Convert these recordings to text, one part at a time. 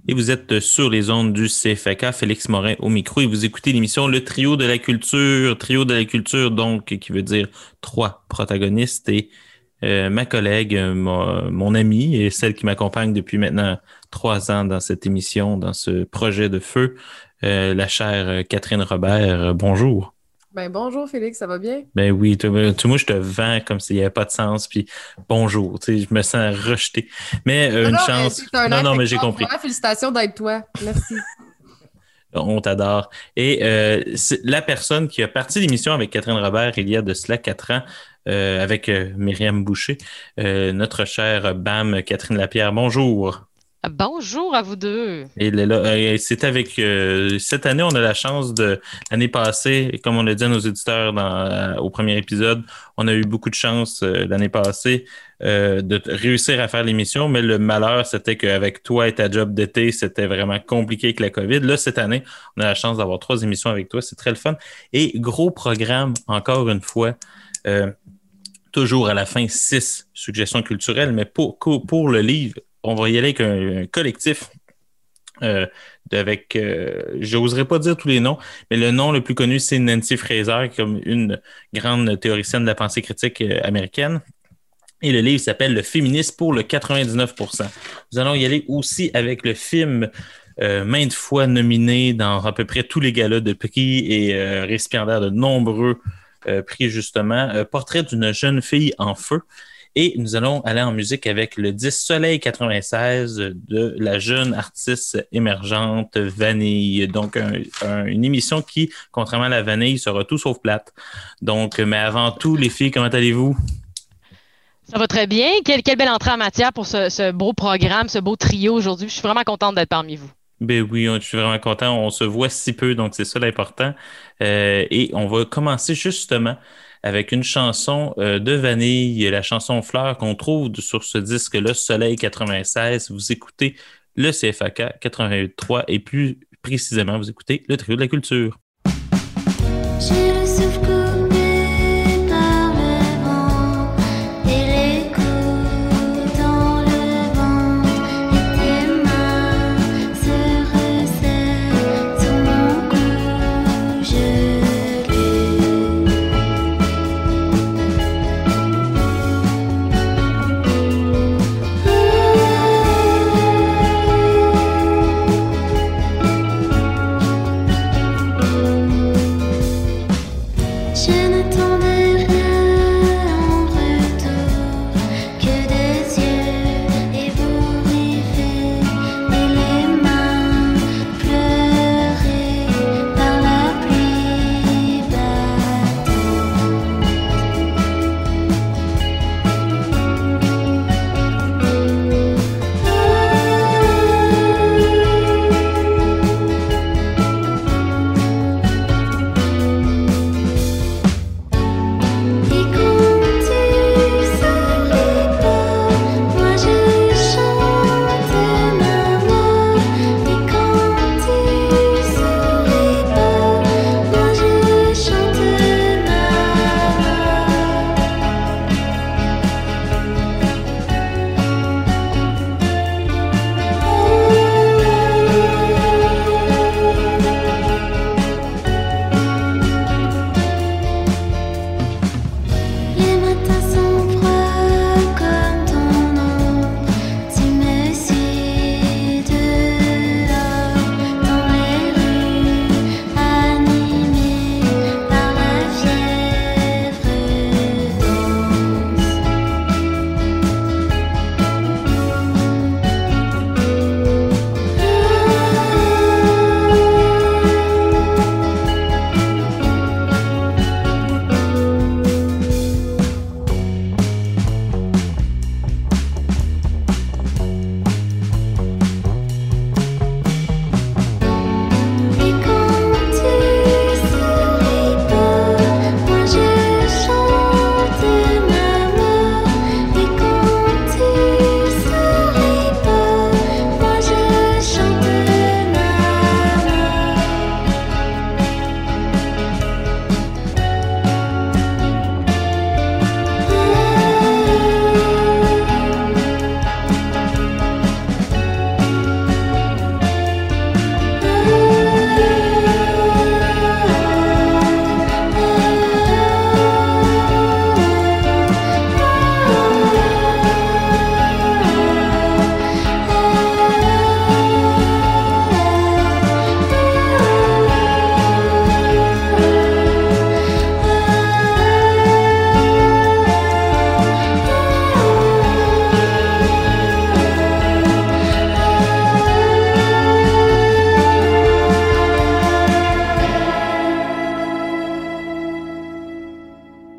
Et vous êtes sur les ondes du CFAK, Félix Morin au micro, et vous écoutez l'émission Le Trio de la Culture. Trio de la Culture, donc, qui veut dire trois protagonistes. Et ma collègue, mon amie, et celle qui m'accompagne depuis maintenant 3 ans dans cette émission, dans ce projet de feu, la chère Catherine Robert. Bonjour. Ben bonjour Félix, ça va bien? Ben oui, moi, je te vends comme s'il n'y avait pas de sens, puis bonjour, tu sais, je me sens rejeté. Mais Non, une non, mais c'est chance. un Non, être non, mais j'ai extraordinaire. compris. Vraiment, félicitations d'être toi. Merci. On t'adore. Et c'est la personne qui a parti l'émission avec Catherine Robert il y a de cela 4 ans, avec Myriam Boucher, notre chère BAM Catherine Lapierre. Bonjour. Bonjour à vous deux. Et c'est avec cette année, on a la chance l'année passée, comme on l'a dit à nos éditeurs au premier épisode, on a eu beaucoup de chance l'année passée de réussir à faire l'émission, mais le malheur, c'était qu'avec toi et ta job d'été, c'était vraiment compliqué avec la COVID. Là, cette année, on a la chance d'avoir 3 émissions avec toi, c'est très le fun. Et gros programme, encore une fois, euh, toujours à la fin, 6 suggestions culturelles, mais pour le livre, on va y aller avec un collectif j'oserais pas dire tous les noms, mais le nom le plus connu, c'est Nancy Fraser, comme une grande théoricienne de la pensée critique américaine. Et le livre s'appelle Le féminisme pour le 99%. Nous allons y aller aussi avec le film maintes fois nominé dans à peu près tous les galas de prix et récipiendaire de nombreux prix, justement. Portrait d'une jeune fille en feu. Et nous allons aller en musique avec le 10 Soleil 96 de la jeune artiste émergente Vanille. Donc, une émission qui, contrairement à la Vanille, sera tout sauf plate. Donc, mais avant tout, les filles, comment allez-vous? Ça va très bien. Quelle belle entrée en matière pour ce beau programme, ce beau trio aujourd'hui. Je suis vraiment contente d'être parmi vous. Ben oui, je suis vraiment content. On se voit si peu, donc c'est ça l'important. Et on va commencer justement avec une chanson de Vanille, la chanson Fleurs qu'on trouve sur ce disque-là, Soleil 96. Vous écoutez le CFAK 88.3 et plus précisément, vous écoutez le Trio de la Culture. J'ai le souffle coupé par le vent et l'écho dans le ventre et tes mains se resserrent sur mon cou gelé.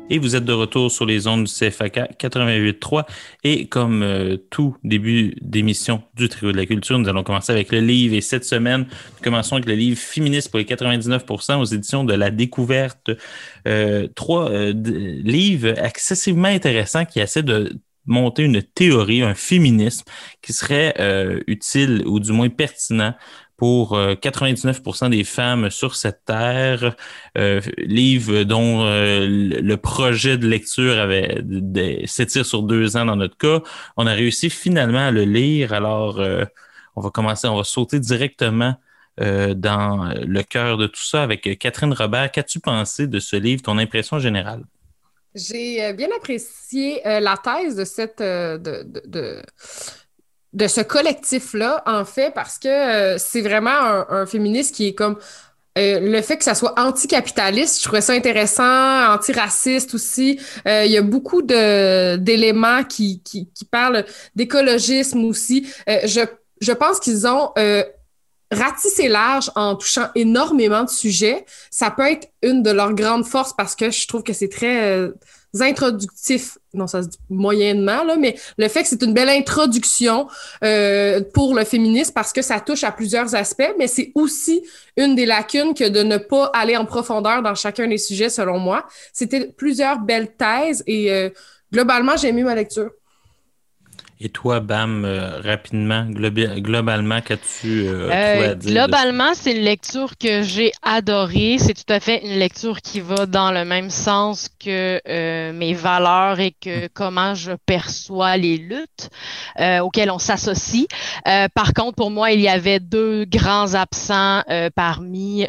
Et vous êtes de retour sur les ondes du CFAK 88.3. Et comme tout début d'émission du Trio de la Culture, nous allons commencer avec le livre. Et cette semaine, nous commençons avec le livre Féministe pour les 99% aux éditions de La Découverte. Trois livres excessivement intéressants qui essaient de monter une théorie, un féminisme qui serait utile ou du moins pertinent pour 99% des femmes sur cette terre, livre dont le projet de lecture s'étire sur 2 ans dans notre cas. On a réussi finalement à le lire, alors on va sauter directement dans le cœur de tout ça avec Catherine Robert. Qu'as-tu pensé de ce livre, ton impression générale? J'ai bien apprécié la thèse de de ce collectif-là, en fait, parce que c'est vraiment un féministe qui est comme le fait que ça soit anticapitaliste, je trouvais ça intéressant, antiraciste aussi. Il y a beaucoup d'éléments qui parlent d'écologisme aussi. Je pense qu'ils ont ratissé large en touchant énormément de sujets. Ça peut être une de leurs grandes forces parce que je trouve que c'est très introductif. Non, ça se dit moyennement, là, mais le fait que c'est une belle introduction pour le féminisme parce que ça touche à plusieurs aspects, mais c'est aussi une des lacunes que de ne pas aller en profondeur dans chacun des sujets, selon moi. C'était plusieurs belles thèses et globalement, j'ai aimé ma lecture. Et toi, Bam, rapidement, globalement, qu'as-tu trouvé à dire? Globalement, c'est une lecture que j'ai adorée. C'est tout à fait une lecture qui va dans le même sens que mes valeurs et que comment je perçois les luttes auxquelles on s'associe. Par contre, pour moi, il y avait 2 grands absents parmi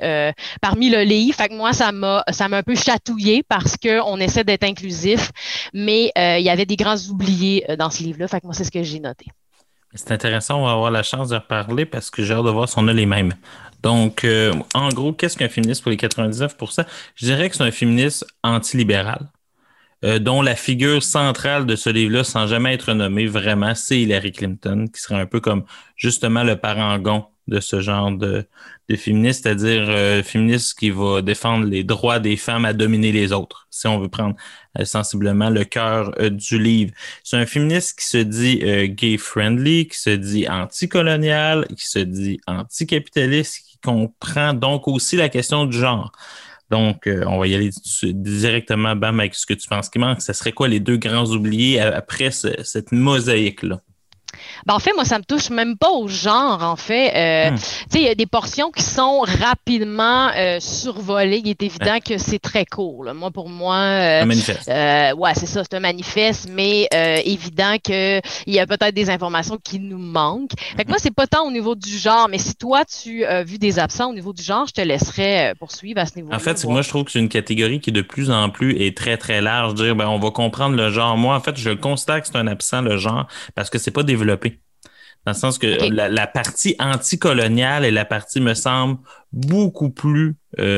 le livre. Fait que moi, ça m'a un peu chatouillé parce qu'on essaie d'être inclusif, mais il y avait des grands oubliés dans ce livre-là. Fait que moi, c'est ce que j'ai noté. C'est intéressant, on va avoir la chance de reparler parce que j'ai hâte de voir si on a les mêmes. Donc, en gros, qu'est-ce qu'un féministe pour les 99%? Je dirais que c'est un féministe antilibéral, dont la figure centrale de ce livre-là, sans jamais être nommée vraiment, c'est Hillary Clinton, qui serait un peu comme justement le parangon de ce genre de féministe, c'est-à-dire féministe qui va défendre les droits des femmes à dominer les autres, si on veut prendre sensiblement le cœur du livre. C'est un féministe qui se dit gay-friendly, qui se dit anticolonial, qui se dit anticapitaliste, qui comprend donc aussi la question du genre. Donc, on va y aller directement, Bam, avec ce que tu penses qui manque. Ça serait quoi les 2 grands oubliés après cette mosaïque-là? Ben, en fait, moi, ça me touche même pas au genre, en fait. Tu sais, il y a des portions qui sont rapidement survolées. Il est évident que c'est très court, là. Moi, pour moi... un manifeste. Ouais, c'est ça, c'est un manifeste, mais évident qu'il y a peut-être des informations qui nous manquent. Fait que moi, c'est pas tant au niveau du genre, mais si toi, tu as vu des absents au niveau du genre, je te laisserais poursuivre à ce niveau-là. En fait, moi, je trouve que c'est une catégorie qui, de plus en plus, est très, très large. Dire, ben, on va comprendre le genre. Moi, en fait, je constate que c'est un absent, le genre, parce que c'est pas développé. Dans le sens que Okay. la partie anticoloniale et la partie, me semble, beaucoup plus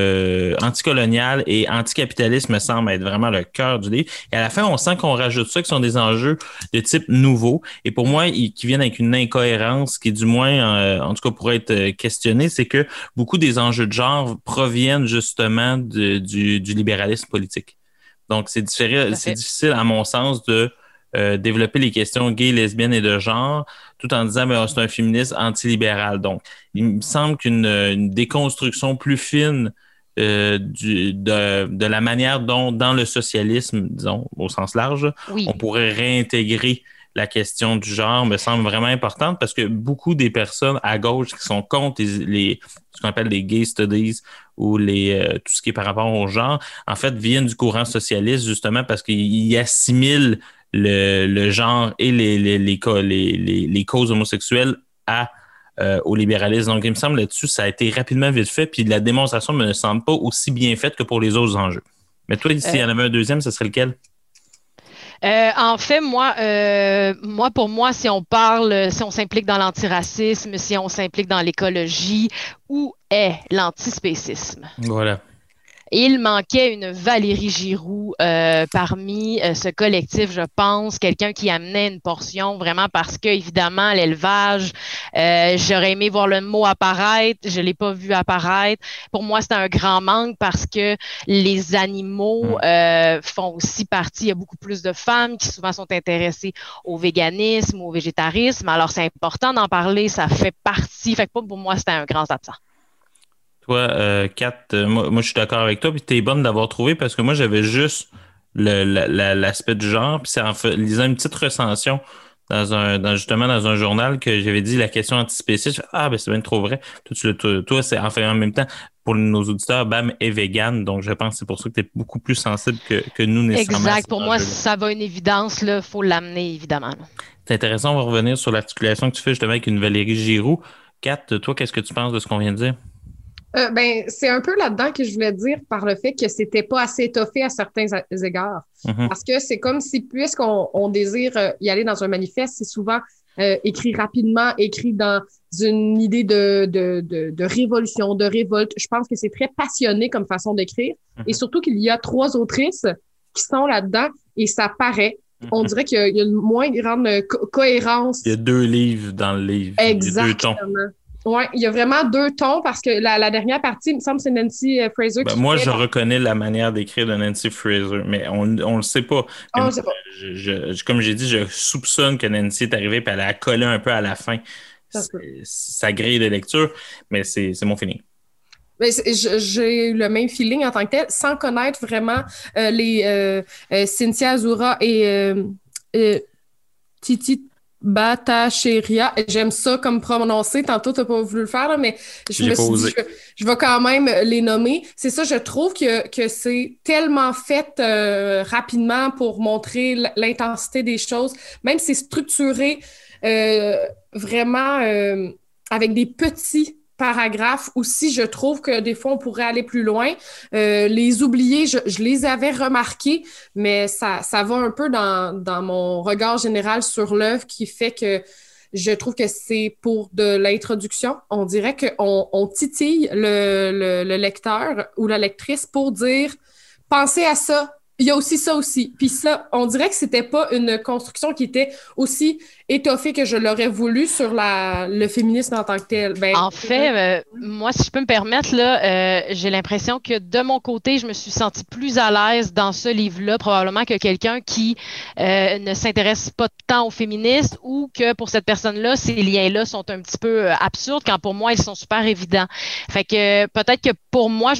anticoloniale et anticapitaliste me semble être vraiment le cœur du livre. Et à la fin, on sent qu'on rajoute ça, qui sont des enjeux de type nouveau. Et pour moi, qui viennent avec une incohérence qui, du moins, en tout cas, pourrait être questionnée, c'est que beaucoup des enjeux de genre proviennent justement du libéralisme politique. Donc, c'est difficile, à mon sens, de développer les questions gays, lesbiennes et de genre, tout en disant ben, c'est un féministe antilibéral. Donc, il me semble qu'une déconstruction plus fine de la manière dont, dans le socialisme, disons, au sens large, Oui. on pourrait réintégrer la question du genre me semble vraiment importante parce que beaucoup des personnes à gauche qui sont contre ce qu'on appelle les gay studies ou tout ce qui est par rapport au genre, en fait, viennent du courant socialiste justement parce qu'ils assimilent le genre et les causes homosexuelles au libéralisme. Donc, il me semble là-dessus, ça a été rapidement vite fait, puis la démonstration me semble pas aussi bien faite que pour les autres enjeux. Mais toi, s'il y en avait un deuxième, ce serait lequel? En fait, pour moi, si on s'implique dans l'antiracisme, si on s'implique dans l'écologie, où est l'antispécisme? Voilà. Et il manquait une Valérie Giroux parmi ce collectif, je pense, quelqu'un qui amenait une portion vraiment parce que, évidemment, l'élevage, j'aurais aimé voir le mot apparaître, je ne l'ai pas vu apparaître. Pour moi, c'était un grand manque parce que les animaux font aussi partie, il y a beaucoup plus de femmes qui souvent sont intéressées au véganisme ou au végétarisme, alors c'est important d'en parler, ça fait partie, fait que pour moi, c'était un grand absent. Toi, Kat, moi, je suis d'accord avec toi, puis t'es bonne d'avoir trouvé parce que moi, j'avais juste l'aspect du genre, puis c'est en lisant une petite recension justement dans un journal que j'avais dit la question antispéciste. Ah, ben c'est bien trop vrai. Toi, c'est enfin en même temps, pour nos auditeurs, BAM est vegan, donc je pense que c'est pour ça que tu es beaucoup plus sensible que nous nécessairement. Exact. Pour moi, ça va une évidence, il faut l'amener, évidemment. Là. C'est intéressant, on va revenir sur l'articulation que tu fais justement avec une Valérie Giroux. Kat, toi, qu'est-ce que tu penses de ce qu'on vient de dire? C'est un peu là-dedans que je voulais dire par le fait que c'était pas assez étoffé à certains égards. Parce que c'est comme si, puisqu'on désire y aller dans un manifeste, c'est souvent écrit rapidement, écrit dans une idée de révolution, de révolte. Je pense que c'est très passionné comme façon d'écrire. Et surtout qu'il y a 3 autrices qui sont là-dedans et ça paraît. On dirait qu'il y a une moins grande cohérence. Il y a 2 livres dans le livre. Exactement. Il y a 2 tons. Oui, il y a vraiment 2 tons parce que la dernière partie, il me semble que c'est Nancy Fraser qui moi, je reconnais la manière d'écrire de Nancy Fraser, mais on le sait pas. On le sait pas. Comme j'ai dit, je soupçonne que Nancy est arrivée et elle a collé un peu à la fin sa grille de lecture, mais c'est mon feeling. J'ai eu le même feeling en tant que tel, sans connaître vraiment les Cynthia Azura et Titi Bhattacharya. J'aime ça comme prononcé. Tantôt, t'as pas voulu le faire, là, mais je me suis dit, je vais quand même les nommer. C'est ça, je trouve que c'est tellement fait rapidement pour montrer l'intensité des choses. Même si c'est structuré vraiment avec des petits paragraphes aussi, je trouve que des fois, on pourrait aller plus loin. Les oubliés, je les avais remarqués, mais ça va un peu dans mon regard général sur l'œuvre qui fait que je trouve que c'est pour de l'introduction. On dirait qu'on titille le lecteur ou la lectrice pour dire « Pensez à ça ». Il y a aussi ça aussi. Puis ça, on dirait que c'était pas une construction qui était aussi étoffée que je l'aurais voulu sur le féminisme en tant que tel. En fait, moi, si je peux me permettre, là, j'ai l'impression que de mon côté, je me suis sentie plus à l'aise dans ce livre-là, probablement que quelqu'un qui ne s'intéresse pas tant aux féministes ou que pour cette personne-là, ces liens-là sont un petit peu absurdes quand pour moi, ils sont super évidents. Fait que peut-être que pour moi,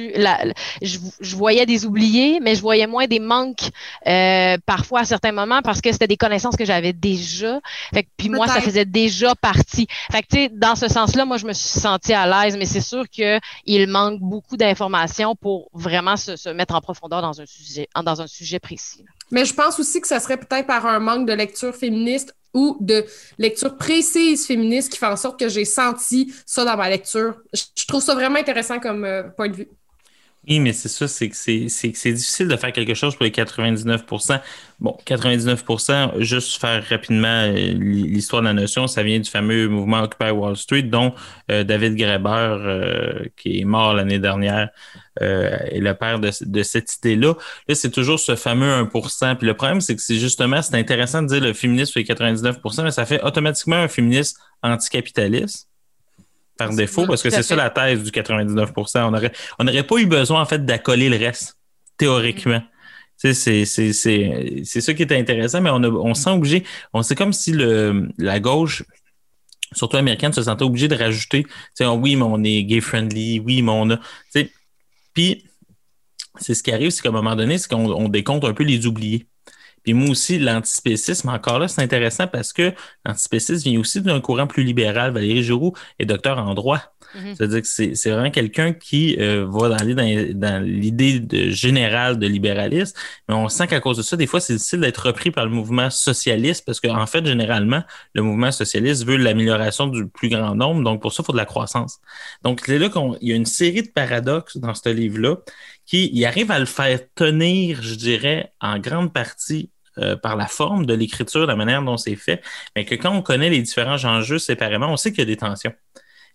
je voyais des oubliés, mais je voyais moins des manques parfois à certains moments parce que c'était des connaissances que j'avais déjà. Fait que, puis moi, ça faisait déjà partie. Fait que, tu sais, dans ce sens-là, moi, je me suis sentie à l'aise, mais c'est sûr qu'il manque beaucoup d'informations pour vraiment se mettre en profondeur dans un sujet précis. Mais je pense aussi que ça serait peut-être par un manque de lecture féministe ou de lecture précise féministe qui fait en sorte que j'ai senti ça dans ma lecture. Je trouve ça vraiment intéressant comme point de vue. Oui, mais c'est ça, c'est que c'est difficile de faire quelque chose pour les 99%. Bon, 99%, juste faire rapidement l'histoire de la notion, ça vient du fameux mouvement Occupy Wall Street, dont David Graeber, qui est mort l'année dernière, est le père de cette idée-là. Là, c'est toujours ce fameux 1%. Puis le problème, c'est que c'est intéressant de dire le féminisme fait 99%, mais ça fait automatiquement un féminisme anticapitaliste. Par défaut, parce que c'est ça la thèse du 99%. On n'aurait pas eu besoin, en fait, d'accoler le reste, théoriquement. Tu sais, c'est ça qui est intéressant, mais on se sent obligé. C'est comme si la gauche, surtout américaine, se sentait obligée de rajouter, tu sais, oui, mais on est gay-friendly, oui, mais on a... Tu sais, puis, c'est ce qui arrive, c'est qu'à un moment donné, c'est qu'on décompte un peu les oubliés. Puis moi aussi, l'antispécisme, encore là, c'est intéressant parce que l'antispécisme vient aussi d'un courant plus libéral. Valérie Giroux est docteur en droit. C'est-à-dire que c'est vraiment quelqu'un qui va aller dans l'idée générale de libéralisme. Mais on sent qu'à cause de ça, des fois, c'est difficile d'être repris par le mouvement socialiste parce qu'en fait, généralement, le mouvement socialiste veut l'amélioration du plus grand nombre. Donc, pour ça, il faut de la croissance. Donc, c'est là qu'il y a une série de paradoxes dans ce livre-là qui arrive à le faire tenir, je dirais, en grande partie par la forme de l'écriture, la manière dont c'est fait, mais que quand on connaît les différents enjeux séparément, on sait qu'il y a des tensions.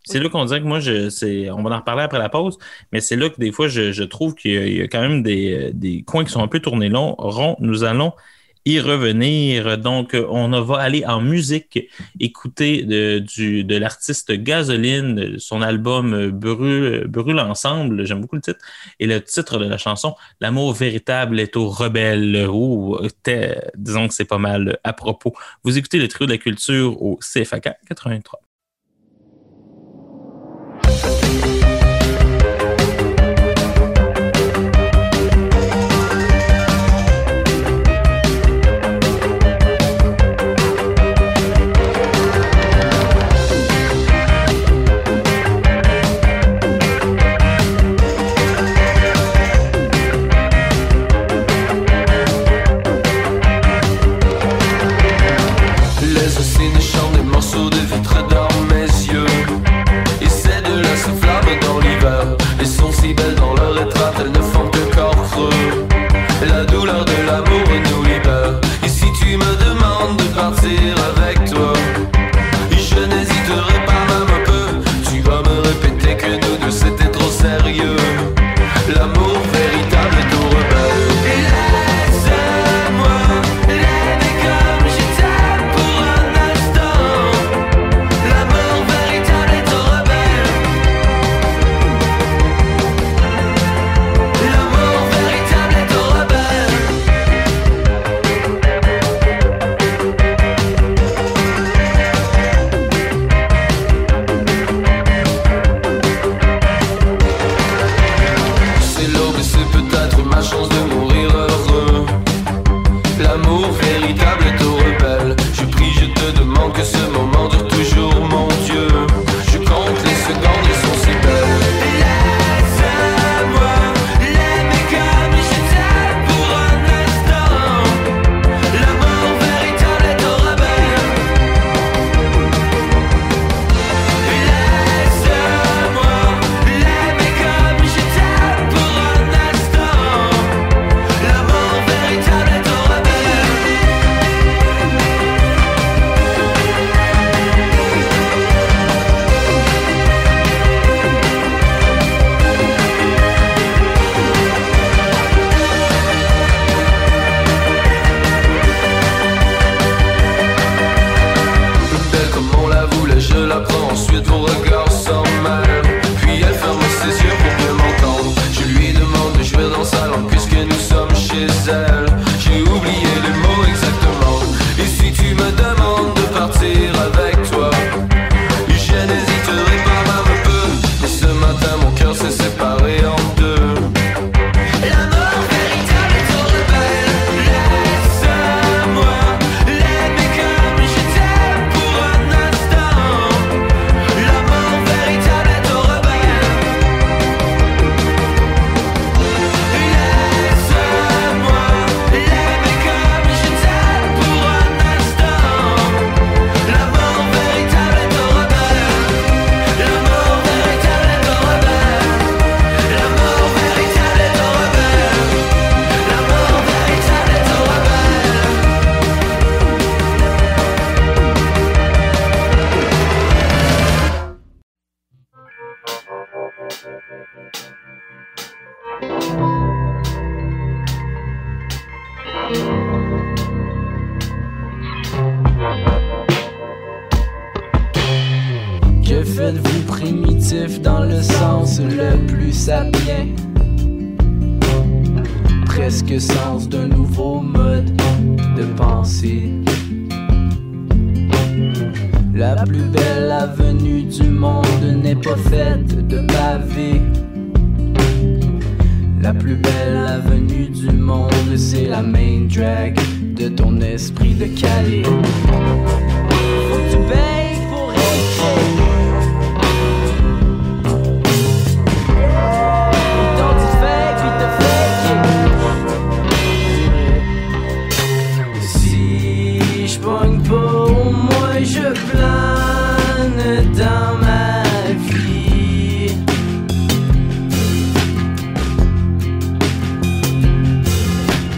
C'est là qu'on dirait que moi, on va en reparler après la pause, mais c'est là que des fois, je trouve qu'il y a quand même des coins qui sont un peu tournés ronds. Nous allons y revenir. Donc, va aller en musique, écouter de l'artiste Gasoline, son album Brûle ensemble. J'aime beaucoup le titre. Et le titre de la chanson, L'amour véritable est aux rebelles. Disons que c'est pas mal à propos. Vous écoutez le trio de la culture au CFAK 83. Que faites-vous primitif dans le sens le plus sapien? Presque sens d'un nouveau mode de pensée. La plus belle avenue du monde n'est pas faite de pavés. La plus belle avenue du monde, c'est la main drag de ton esprit de Calais. Faut que tu payes pour écrire. Ton petit fake, puis te fake. Si j'pogne pas, au moins je plane dans ma vie.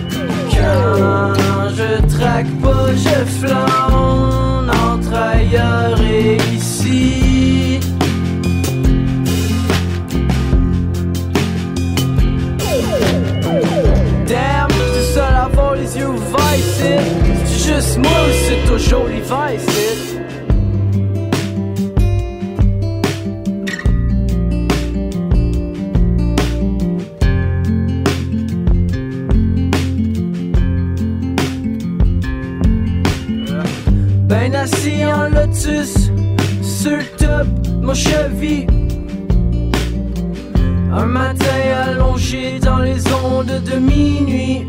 Quand je traque pas, je flâne entre ailleurs. cactus sur le top de mon Chevy. Un matin allongé dans les ondes de minuit.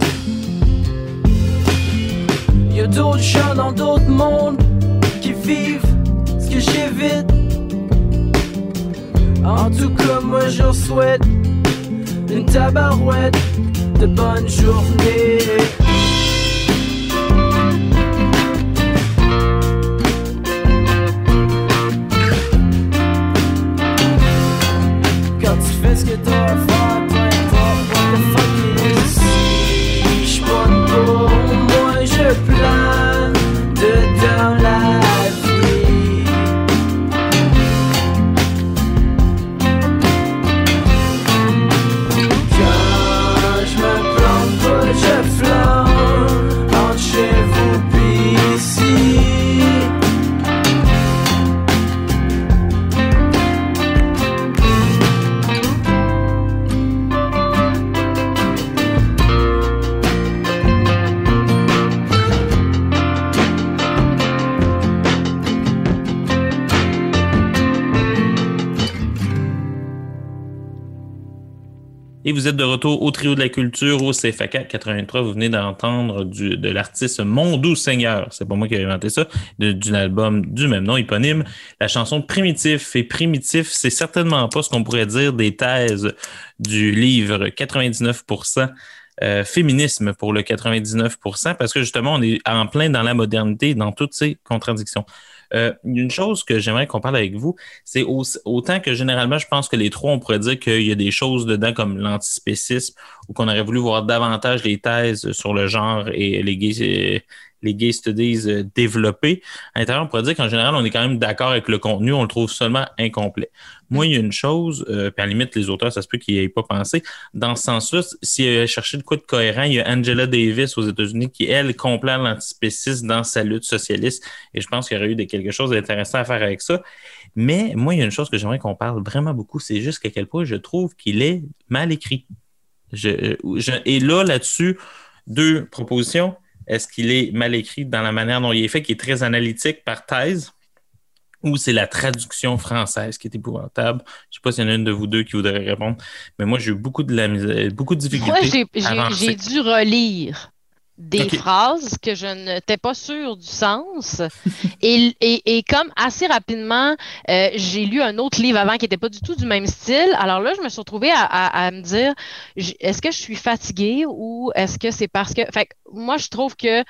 Y'a d'autres gens dans d'autres mondes qui vivent ce que j'évite. En tout cas, moi j'en souhaite une tabarouette de bonne journée. Quand tu fais ce que t'as à faire, peu importe what the fuck it is. J'pogne pour moi, je plane dedans la vie. Quand j'me plante pas, je flambe entre chez vous pis ici. Et vous êtes de retour au Trio de la Culture, au CFAK 83. Vous venez d'entendre de l'artiste Mon Doux Seigneur. C'est pas moi qui ai inventé ça. D'un album du même nom, éponyme. La chanson Primitif. Et Primitif, c'est certainement pas ce qu'on pourrait dire des thèses du livre 99%. Féminisme pour le 99%, parce que justement, on est en plein dans la modernité, dans toutes ces contradictions. Une chose que j'aimerais qu'on parle avec vous, c'est autant que généralement, je pense que les trois, on pourrait dire qu'il y a des choses dedans comme l'antispécisme ou qu'on aurait voulu voir davantage les thèses sur le genre et les gay studies développées. À l'intérieur, on pourrait dire qu'en général, on est quand même d'accord avec le contenu, on le trouve seulement incomplet. Moi, il y a une chose, puis à la limite, les auteurs, ça se peut qu'ils n'y aient pas pensé. Dans ce sens-là, s'il y a cherché de quoi de cohérent, il y a Angela Davis aux États-Unis qui, elle, complète l'antispécisme dans sa lutte socialiste. Et je pense qu'il y aurait eu quelque chose d'intéressant à faire avec ça. Mais moi, il y a une chose que j'aimerais qu'on parle vraiment beaucoup, c'est juste qu'à quel point je trouve qu'il est mal écrit. Et là-dessus, deux propositions. Est-ce qu'il est mal écrit dans la manière dont il est fait, qui est très analytique par thèse, ou c'est la traduction française qui est épouvantable? Je ne sais pas s'il y en a une de vous deux qui voudrait répondre, mais moi, j'ai eu beaucoup de difficultés. Moi, j'ai dû relire des phrases que je n'étais pas sûre du sens. et comme assez rapidement, j'ai lu un autre livre avant qui n'était pas du tout du même style. Alors là, je me suis retrouvée à me dire, est-ce que je suis fatiguée ou est-ce que c'est parce que... Fait que moi, je trouve que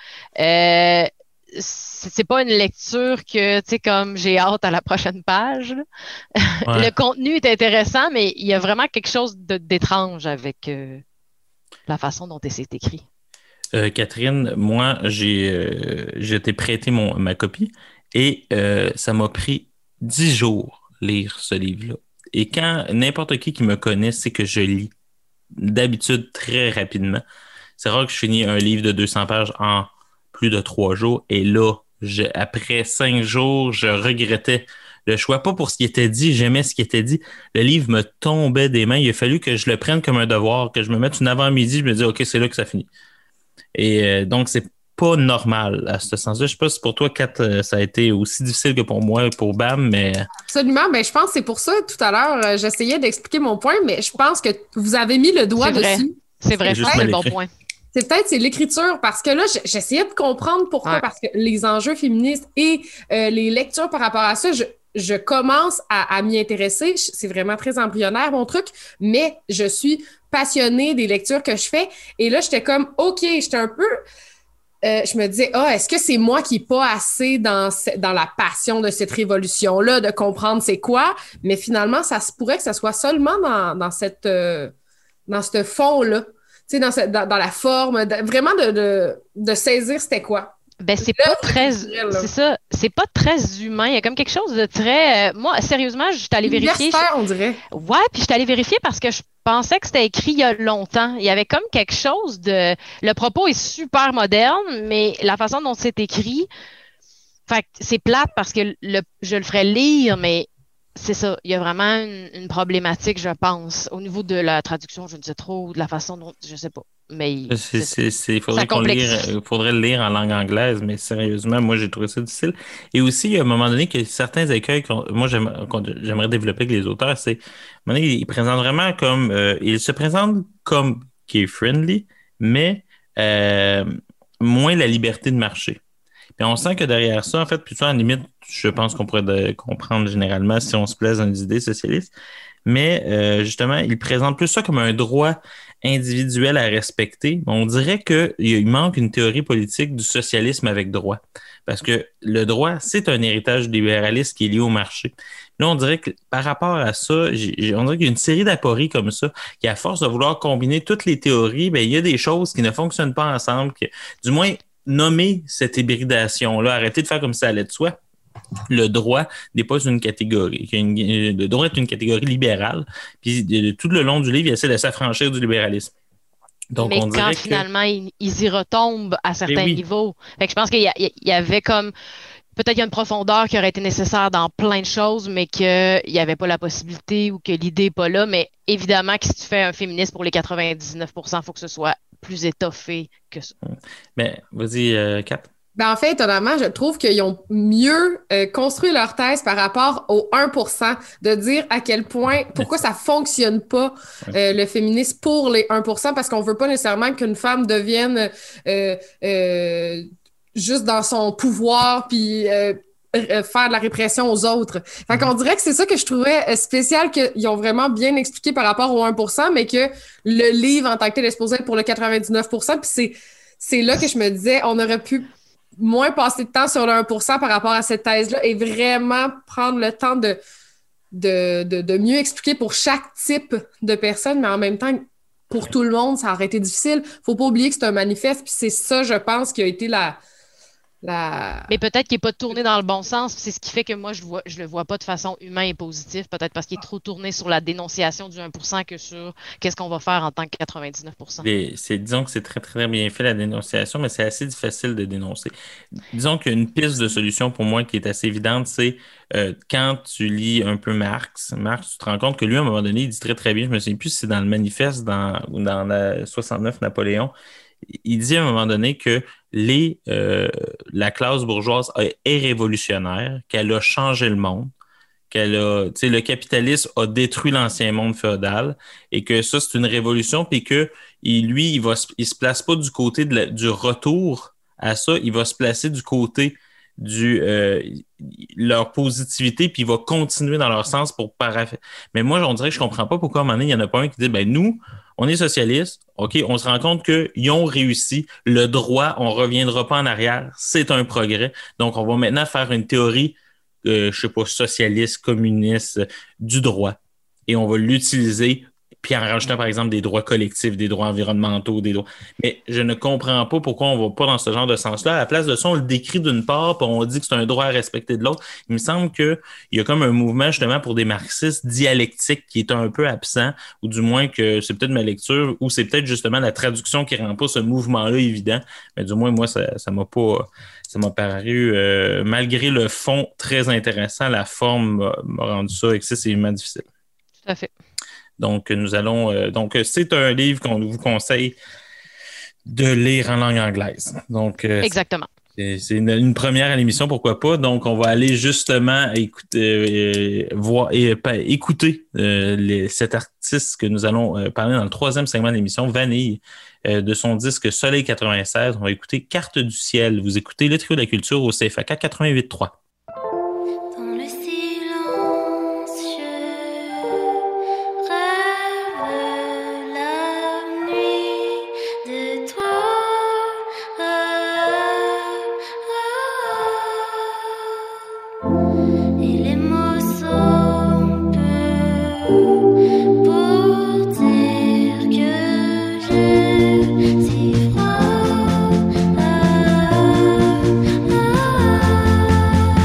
c'est pas une lecture que, tu sais, comme j'ai hâte à la prochaine page. Ouais. Le contenu est intéressant, mais il y a vraiment quelque chose d'étrange avec la façon dont c'est écrit. Catherine, moi, j'ai été prêté ma copie et ça m'a pris 10 jours lire ce livre-là. Et quand n'importe qui me connaît sait que je lis d'habitude très rapidement. C'est rare que je finis un livre de 200 pages en plus de 3 jours. Et là, après 5 jours, je regrettais le choix. Pas pour ce qui était dit, j'aimais ce qui était dit. Le livre me tombait des mains. Il a fallu que je le prenne comme un devoir, que je me mette une avant-midi. Je me dis, OK, c'est là que ça finit. Et donc, c'est pas normal à ce sens-là. Je sais pas si pour toi, Kat, ça a été aussi difficile que pour moi et pour Bam, mais... Absolument. Ben, je pense que c'est pour ça, tout à l'heure, j'essayais d'expliquer mon point, mais je pense que vous avez mis le doigt dessus. C'est vrai, je pense que c'est le bon point. C'est l'écriture, parce que là, j'essayais de comprendre pourquoi, parce que les enjeux féministes et les lectures par rapport à ça, je commence à m'y intéresser. C'est vraiment très embryonnaire, mon truc, mais je suis passionnée des lectures que je fais. Et là, j'étais comme, OK, j'étais un peu... je me disais, est-ce que c'est moi qui n'ai pas assez dans la passion de cette révolution-là, de comprendre c'est quoi? Mais finalement, ça se pourrait que ça soit seulement dans ce fond-là, tu sais, dans la forme, vraiment de saisir c'était quoi. Ben, c'est pas très, c'est ça, c'est pas très humain. Il y a comme quelque chose de très, moi, sérieusement, je suis allée vérifier. On dirait. Ouais, puis je suis allée vérifier parce que je pensais que c'était écrit il y a longtemps. Il y avait comme quelque chose de, le propos est super moderne, mais la façon dont c'est écrit, fait que c'est plate parce que je le ferais lire, mais c'est ça. Il y a vraiment une problématique, je pense, au niveau de la traduction, je ne sais trop, ou de la façon dont, je sais pas. Mais faudrait le lire en langue anglaise, mais sérieusement, moi, j'ai trouvé ça difficile. Et aussi, à un moment donné, que certains écueils, moi, j'aimerais développer avec les auteurs, c'est, à un moment donné, ils présentent vraiment comme, ils se présentent comme gay-friendly, mais moins la liberté de marché. Puis on sent que derrière ça, en fait, plutôt en limite, je pense qu'on pourrait comprendre généralement si on se place dans les idées socialistes, mais justement, ils présentent plus ça comme un droit individuel à respecter. On dirait qu'il manque une théorie politique du socialisme avec droit. Parce que le droit, c'est un héritage libéraliste qui est lié au marché. Là, on dirait que par rapport à ça, on dirait qu'il y a une série d'apories comme ça, qui à force de vouloir combiner toutes les théories, ben, il y a des choses qui ne fonctionnent pas ensemble, du moins nommer cette hybridation-là, arrêter de faire comme ça allait de soi. Le droit n'est pas une catégorie. Le droit est une catégorie libérale. Puis tout le long du livre, il essaie de s'affranchir du libéralisme. Donc, mais on quand dirait finalement, ils y retombent à certains niveaux. Fait que je pense qu'il y avait comme... Peut-être qu'il y a une profondeur qui aurait été nécessaire dans plein de choses, mais qu'il n'y avait pas la possibilité ou que l'idée n'est pas là. Mais évidemment que si tu fais un féministe pour les 99%, il faut que ce soit plus étoffé que ça. Mais vas-y, Kat. Ben en fait, étonnamment, je trouve qu'ils ont mieux construit leur thèse par rapport au 1%, de dire à quel point, pourquoi ça fonctionne pas, le féminisme pour les 1%, parce qu'on veut pas nécessairement qu'une femme devienne juste dans son pouvoir, puis faire de la répression aux autres. Fait qu'on dirait que c'est ça que je trouvais spécial, qu'ils ont vraiment bien expliqué par rapport au 1%, mais que le livre en tant que tel est supposé être pour le 99%, puis c'est là que je me disais, on aurait pu moins passer de temps sur le 1% par rapport à cette thèse-là et vraiment prendre le temps de mieux expliquer pour chaque type de personne, mais en même temps, pour tout le monde, ça aurait été difficile. Faut pas oublier que c'est un manifeste, puis c'est ça, je pense, qui a été Mais peut-être qu'il n'est pas tourné dans le bon sens. C'est ce qui fait que moi, je le vois pas de façon humaine et positive. Peut-être parce qu'il est trop tourné sur la dénonciation du 1% que sur qu'est-ce qu'on va faire en tant que 99%. Disons que c'est très, très bien fait, la dénonciation, mais c'est assez difficile de dénoncer. Disons qu'il y a une piste de solution pour moi qui est assez évidente, c'est quand tu lis un peu Marx, tu te rends compte que lui, à un moment donné, il dit très, très bien, je me souviens plus si c'est dans le manifeste ou dans la 69 Napoléon, il dit à un moment donné que la classe bourgeoise est révolutionnaire, qu'elle a changé le monde, le capitalisme a détruit l'ancien monde féodal et que ça, c'est une révolution, puis que lui, il se place pas du côté du retour à ça, il va se placer du côté leur positivité, puis il va continuer dans leur sens pour Mais moi, on dirait que je comprends pas pourquoi à un moment donné, il y en a pas un qui dit, ben nous, on est socialistes, OK, on se rend compte qu'ils ont réussi, le droit, on reviendra pas en arrière, c'est un progrès. Donc, on va maintenant faire une théorie, je sais pas, socialiste, communiste, du droit. Et on va l'utiliser, puis en rajoutant, par exemple, des droits collectifs, des droits environnementaux, des droits... Mais je ne comprends pas pourquoi on ne va pas dans ce genre de sens-là. À la place de ça, on le décrit d'une part, puis on dit que c'est un droit à respecter de l'autre. Il me semble qu'il y a comme un mouvement, justement, pour des marxistes dialectiques qui est un peu absent, ou du moins que c'est peut-être ma lecture, ou c'est peut-être justement la traduction qui ne rend pas ce mouvement-là évident. Mais du moins, moi, ça m'a pas... Ça m'a paru, malgré le fond très intéressant, la forme m'a rendu ça excessivement difficile. Tout à fait. Donc, nous allons. Donc, c'est un livre qu'on vous conseille de lire en langue anglaise. Donc, exactement. C'est une première à l'émission, pourquoi pas. Donc, on va aller justement écouter cet artiste que nous allons parler dans le troisième segment de l'émission, Vanille, de son disque Soleil 96. On va écouter Carte du ciel. Vous écoutez le trio de la culture au CFAK 88.3. Dans le silence, je rêve la nuit de toi. Et les mots sont peu pour dire que j'ai si froid.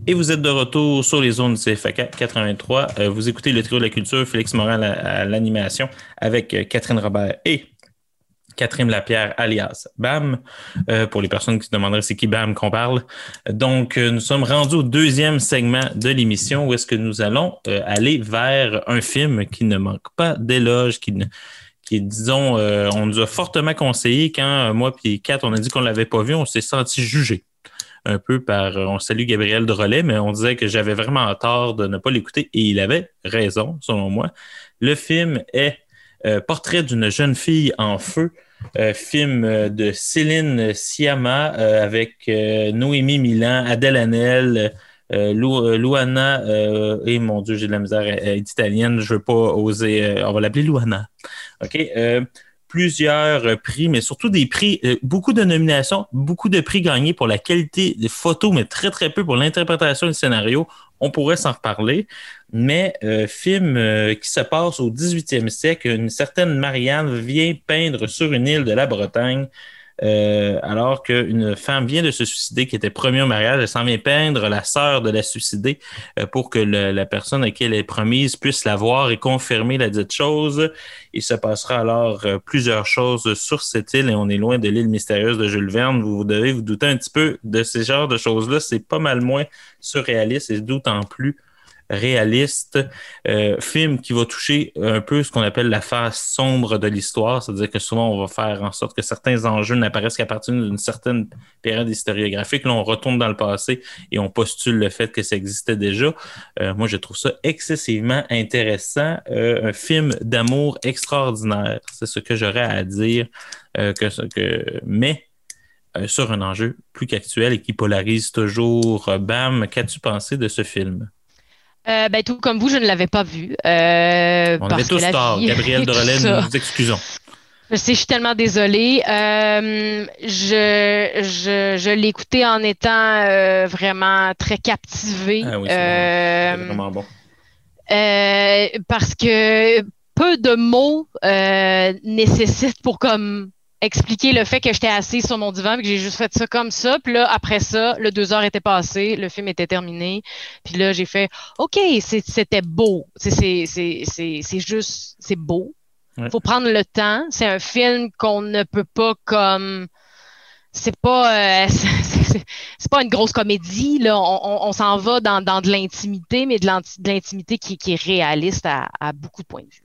Et vous êtes de retour sur les zones du CFAK 83. Vous écoutez le trio de la culture, Félix Morin à l'animation avec Catherine Robert et Catherine Lapierre, alias Bam, pour les personnes qui se demanderaient c'est qui Bam qu'on parle. Donc, nous sommes rendus au deuxième segment de l'émission où est-ce que nous allons aller vers un film qui ne manque pas d'éloges, qui, disons, on nous a fortement conseillé quand moi et Kat, on a dit qu'on ne l'avait pas vu, on s'est senti jugé un peu par, on salue Gabriel Drolet, mais on disait que j'avais vraiment tort de ne pas l'écouter et il avait raison, selon moi. Le film est Portrait d'une jeune fille en feu, film de Céline Sciamma avec Noémie Milan, Adèle Haenel, Luana, et mon Dieu, j'ai de la misère, elle est italienne, je ne veux pas oser, on va l'appeler Luana. OK? Plusieurs prix, mais surtout des prix, beaucoup de nominations, beaucoup de prix gagnés pour la qualité des photos, mais très, très peu pour l'interprétation du scénario. On pourrait s'en reparler. Mais film qui se passe au 18e siècle, une certaine Marianne vient peindre sur une île de la Bretagne alors qu'une femme vient de se suicider qui était promise au mariage. Elle s'en vient peindre la sœur de la suicidée pour que la personne à qui elle est promise puisse la voir et confirmer la dite chose. Il se passera alors plusieurs choses sur cette île et on est loin de l'île mystérieuse de Jules Verne. Vous devez vous douter un petit peu de ces genres de choses-là. C'est pas mal moins surréaliste et d'autant plus réaliste, film qui va toucher un peu ce qu'on appelle la face sombre de l'histoire, c'est-à-dire que souvent on va faire en sorte que certains enjeux n'apparaissent qu'à partir d'une certaine période historiographique. Là, on retourne dans le passé et on postule le fait que ça existait déjà. Moi, je trouve ça excessivement intéressant. Un film d'amour extraordinaire, c'est ce que j'aurais à dire, mais sur un enjeu plus qu'actuel et qui polarise toujours. Bam, qu'as-tu pensé de ce film? Tout comme vous, je ne l'avais pas vu. On avait tous tort. Gabriel Drolet, nous nous excusons. Je sais, je suis tellement désolée. Je l'ai écouté en étant vraiment très captivée. Ah oui, c'est vraiment bon. Parce que peu de mots nécessitent pour comme expliquer le fait que j'étais assise sur mon divan et que j'ai juste fait ça comme ça. Puis là, après ça, le 2 heures était passé, le film était terminé. Puis là, j'ai fait « OK, c'était beau. C'est juste, c'est beau. Il faut prendre le temps. C'est un film qu'on ne peut pas comme... C'est pas une grosse comédie. Là. On s'en va dans de l'intimité, mais de l'intimité qui est réaliste à beaucoup de points de vue.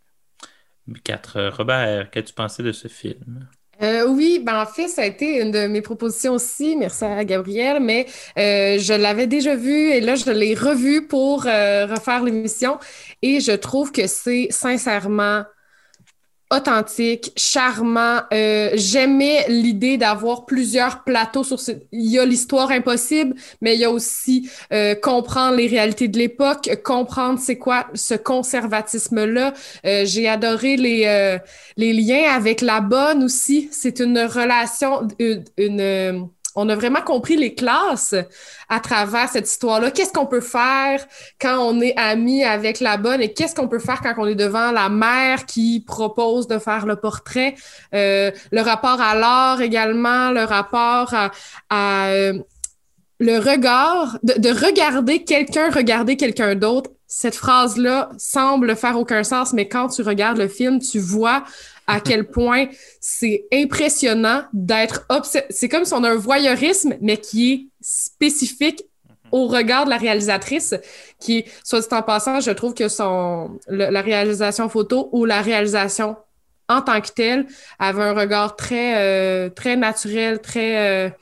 Robert, qu'as-tu pensé de ce film? Oui, en fait, ça a été une de mes propositions aussi, merci à Gabriel, mais je l'avais déjà vu et là, je l'ai revu pour refaire l'émission et je trouve que c'est sincèrement authentique, charmant. J'aimais l'idée d'avoir plusieurs plateaux sur ce... Il y a l'histoire impossible, mais il y a aussi comprendre les réalités de l'époque, comprendre c'est quoi ce conservatisme-là. J'ai adoré les liens avec la bonne aussi. C'est une relation, on a vraiment compris les classes à travers cette histoire-là. Qu'est-ce qu'on peut faire quand on est ami avec la bonne et qu'est-ce qu'on peut faire quand on est devant la mère qui propose de faire le portrait? Le rapport à l'art également, le rapport à le regard, de regarder quelqu'un d'autre. Cette phrase-là semble faire aucun sens, mais quand tu regardes le film, tu vois à quel point c'est impressionnant d'être c'est comme si on a un voyeurisme, mais qui est spécifique au regard de la réalisatrice, qui est, soit dit en passant, je trouve que la réalisation photo ou la réalisation en tant que telle avait un regard très, très naturel, très...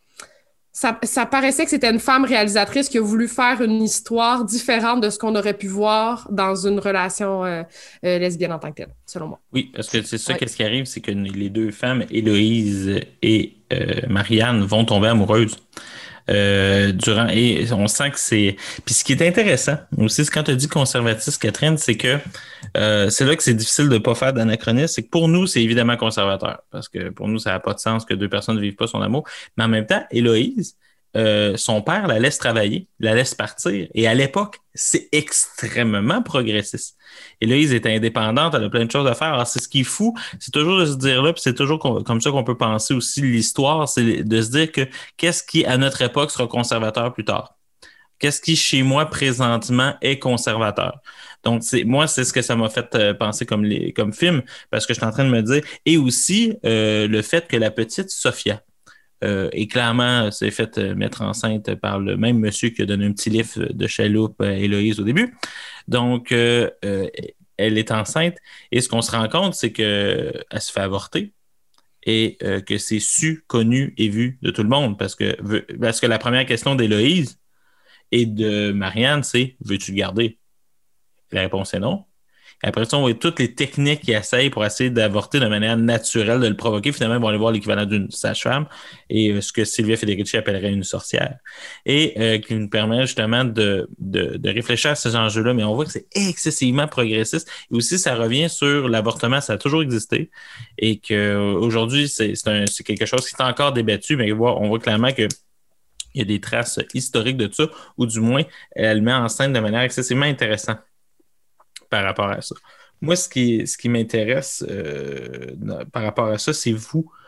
Ça paraissait que c'était une femme réalisatrice qui a voulu faire une histoire différente de ce qu'on aurait pu voir dans une relation lesbienne en tant que telle, selon moi. Oui, parce que c'est ça, qu'est-ce qui arrive, c'est que les deux femmes, Héloïse et Marianne, vont tomber amoureuses. Et on sent que c'est... Puis ce qui est intéressant aussi, c'est quand tu as dit conservatiste, Catherine, c'est que c'est là que c'est difficile de ne pas faire d'anachronisme. C'est que pour nous, c'est évidemment conservateur. Parce que pour nous, ça n'a pas de sens que deux personnes ne vivent pas son amour. Mais en même temps, Héloïse, son père la laisse travailler, la laisse partir. Et à l'époque, c'est extrêmement progressiste. Héloïse est indépendante, elle a plein de choses à faire. Alors, c'est ce qui est fou, c'est toujours de se dire là, puis c'est toujours comme ça qu'on peut penser aussi l'histoire, c'est de se dire que qu'est-ce qui, à notre époque, sera conservateur plus tard. Qu'est-ce qui, chez moi, présentement, est conservateur? Donc, c'est ce que ça m'a fait penser comme film, parce que je suis en train de me dire, et aussi le fait que la petite Sophia est clairement s'est fait mettre enceinte par le même monsieur qui a donné un petit livre de chaloupe à Héloïse au début. Donc, elle est enceinte, et ce qu'on se rend compte, c'est qu'elle se fait avorter et que c'est su, connu et vu de tout le monde, parce que la première question d'Héloïse et de Marianne, c'est « Veux-tu le garder? » La réponse est non. Et après ça, on voit toutes les techniques qu'ils essayent pour essayer d'avorter de manière naturelle, de le provoquer. Finalement, ils vont aller voir l'équivalent d'une sage-femme et ce que Silvia Federici appellerait une sorcière. Et qui nous permet justement de réfléchir à ces enjeux-là. Mais on voit que c'est excessivement progressiste. Et aussi, ça revient sur l'avortement. Ça a toujours existé. Et qu'aujourd'hui, c'est quelque chose qui est encore débattu. Mais on voit clairement que il y a des traces historiques de ça, ou du moins, elle met en scène de manière excessivement intéressante par rapport à ça. Moi, ce qui m'intéresse par rapport à ça, c'est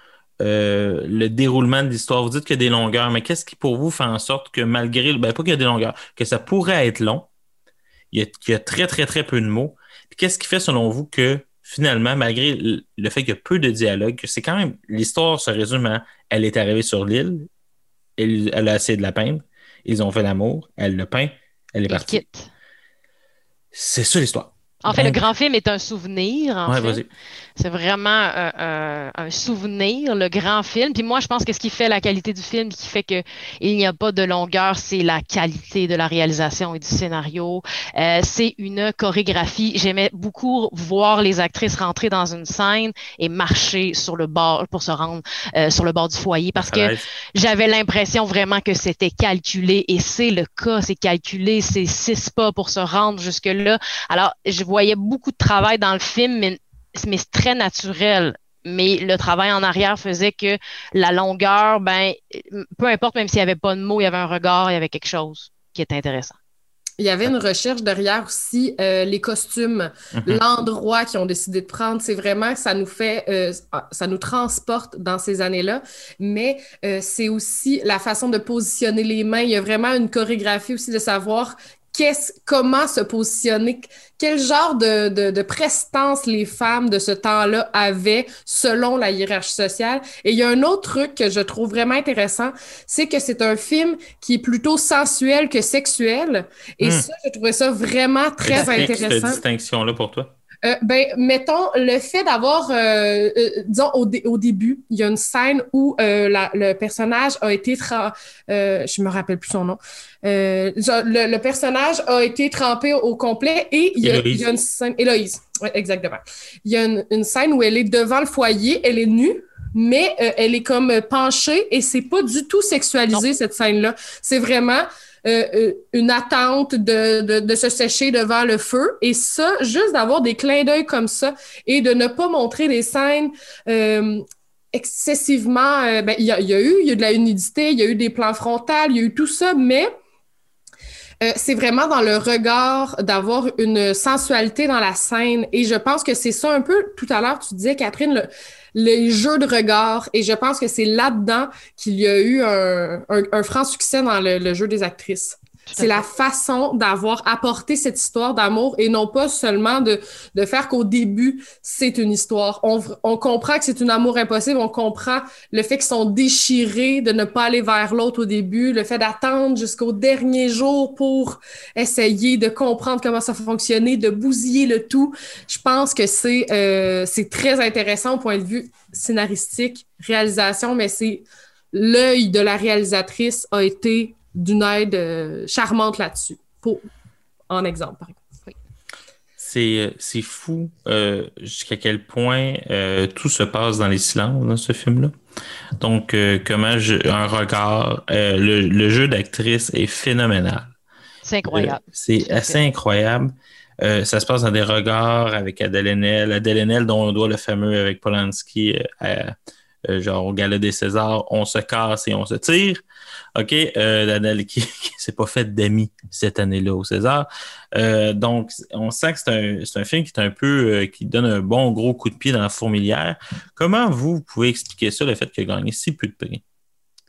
le déroulement de l'histoire. Vous dites qu'il y a des longueurs, mais qu'est-ce qui, pour vous, fait en sorte que malgré, pas qu'il y a des longueurs, que ça pourrait être long, il y a très, très, très peu de mots. Puis qu'est-ce qui fait, selon vous, que finalement, malgré le fait qu'il y a peu de dialogue, que c'est quand même, l'histoire se résume à, elle est arrivée sur l'île, elle a essayé de la peindre, ils ont fait l'amour, elle l'a peint, elle est partie. Quitte. C'est ça l'histoire. En fait, le grand film est un souvenir, en Ouais, fait. vas-y. C'est vraiment un souvenir, le grand film. Puis moi, je pense que ce qui fait la qualité du film, qui fait qu'il n'y a pas de longueur, c'est la qualité de la réalisation et du scénario. C'est une chorégraphie. J'aimais beaucoup voir les actrices rentrer dans une scène et marcher sur le bord pour se rendre sur le bord du foyer, parce que j'avais l'impression vraiment que c'était calculé, et c'est le cas, c'est calculé, c'est 6 pas pour se rendre jusque-là. Alors, je voyais beaucoup de travail dans le film, mais c'est très naturel. Mais le travail en arrière faisait que la longueur, peu importe, même s'il n'y avait pas de mots, il y avait un regard, il y avait quelque chose qui était intéressant. Il y avait une recherche derrière aussi, les costumes, l'endroit qu'ils ont décidé de prendre. C'est vraiment que ça nous fait, ça nous transporte dans ces années-là, mais c'est aussi la façon de positionner les mains. Il y a vraiment une chorégraphie aussi de savoir comment se positionner, quel genre de prestance les femmes de ce temps-là avaient selon la hiérarchie sociale. Et il y a un autre truc que je trouve vraiment intéressant, c'est que c'est un film qui est plutôt sensuel que sexuel. Et ça, je trouvais ça vraiment très intéressant. Cette distinction-là pour toi? Mettons, le fait d'avoir, disons, au début, il y a une scène où le personnage a été, je me rappelle plus son nom, le personnage a été trempé au complet, et il y a une scène, Héloïse, ouais, exactement. Il y a une scène où elle est devant le foyer, elle est nue, mais elle est comme penchée, et c'est pas du tout sexualisé, cette scène-là. C'est vraiment une attente de se sécher devant le feu. Et ça, juste d'avoir des clins d'œil comme ça et de ne pas montrer des scènes excessivement... il y a de la nudité, il y a eu des plans frontales, il y a eu tout ça, mais c'est vraiment dans le regard d'avoir une sensualité dans la scène. Et je pense que c'est ça un peu, tout à l'heure, tu disais, Catherine, les jeux de regard. Et je pense que c'est là-dedans qu'il y a eu un franc succès dans le jeu des actrices. C'est la façon d'avoir apporté cette histoire d'amour, et non pas seulement de faire qu'au début, c'est une histoire. On comprend que c'est un amour impossible, on comprend le fait qu'ils sont déchirés de ne pas aller vers l'autre au début, le fait d'attendre jusqu'au dernier jour pour essayer de comprendre comment ça fonctionnait, de bousiller le tout. Je pense que c'est très intéressant au point de vue scénaristique, réalisation, mais l'œil de la réalisatrice a été d'une aide charmante là-dessus, en exemple, par exemple. Oui. C'est fou jusqu'à quel point tout se passe dans les silences dans ce film-là. Donc, comment un regard, le jeu d'actrice est phénoménal. C'est incroyable. C'est assez incroyable. Ça se passe dans des regards avec Adèle Haenel, dont on doit le fameux avec Polanski, genre au Gala des Césars, on se casse et on se tire. OK, Adèle qui s'est pas fait d'amis cette année-là au César. Donc, on sent que c'est un film qui est un peu qui donne un bon gros coup de pied dans la fourmilière. Comment vous pouvez expliquer ça, le fait qu'il a gagné si peu de prix?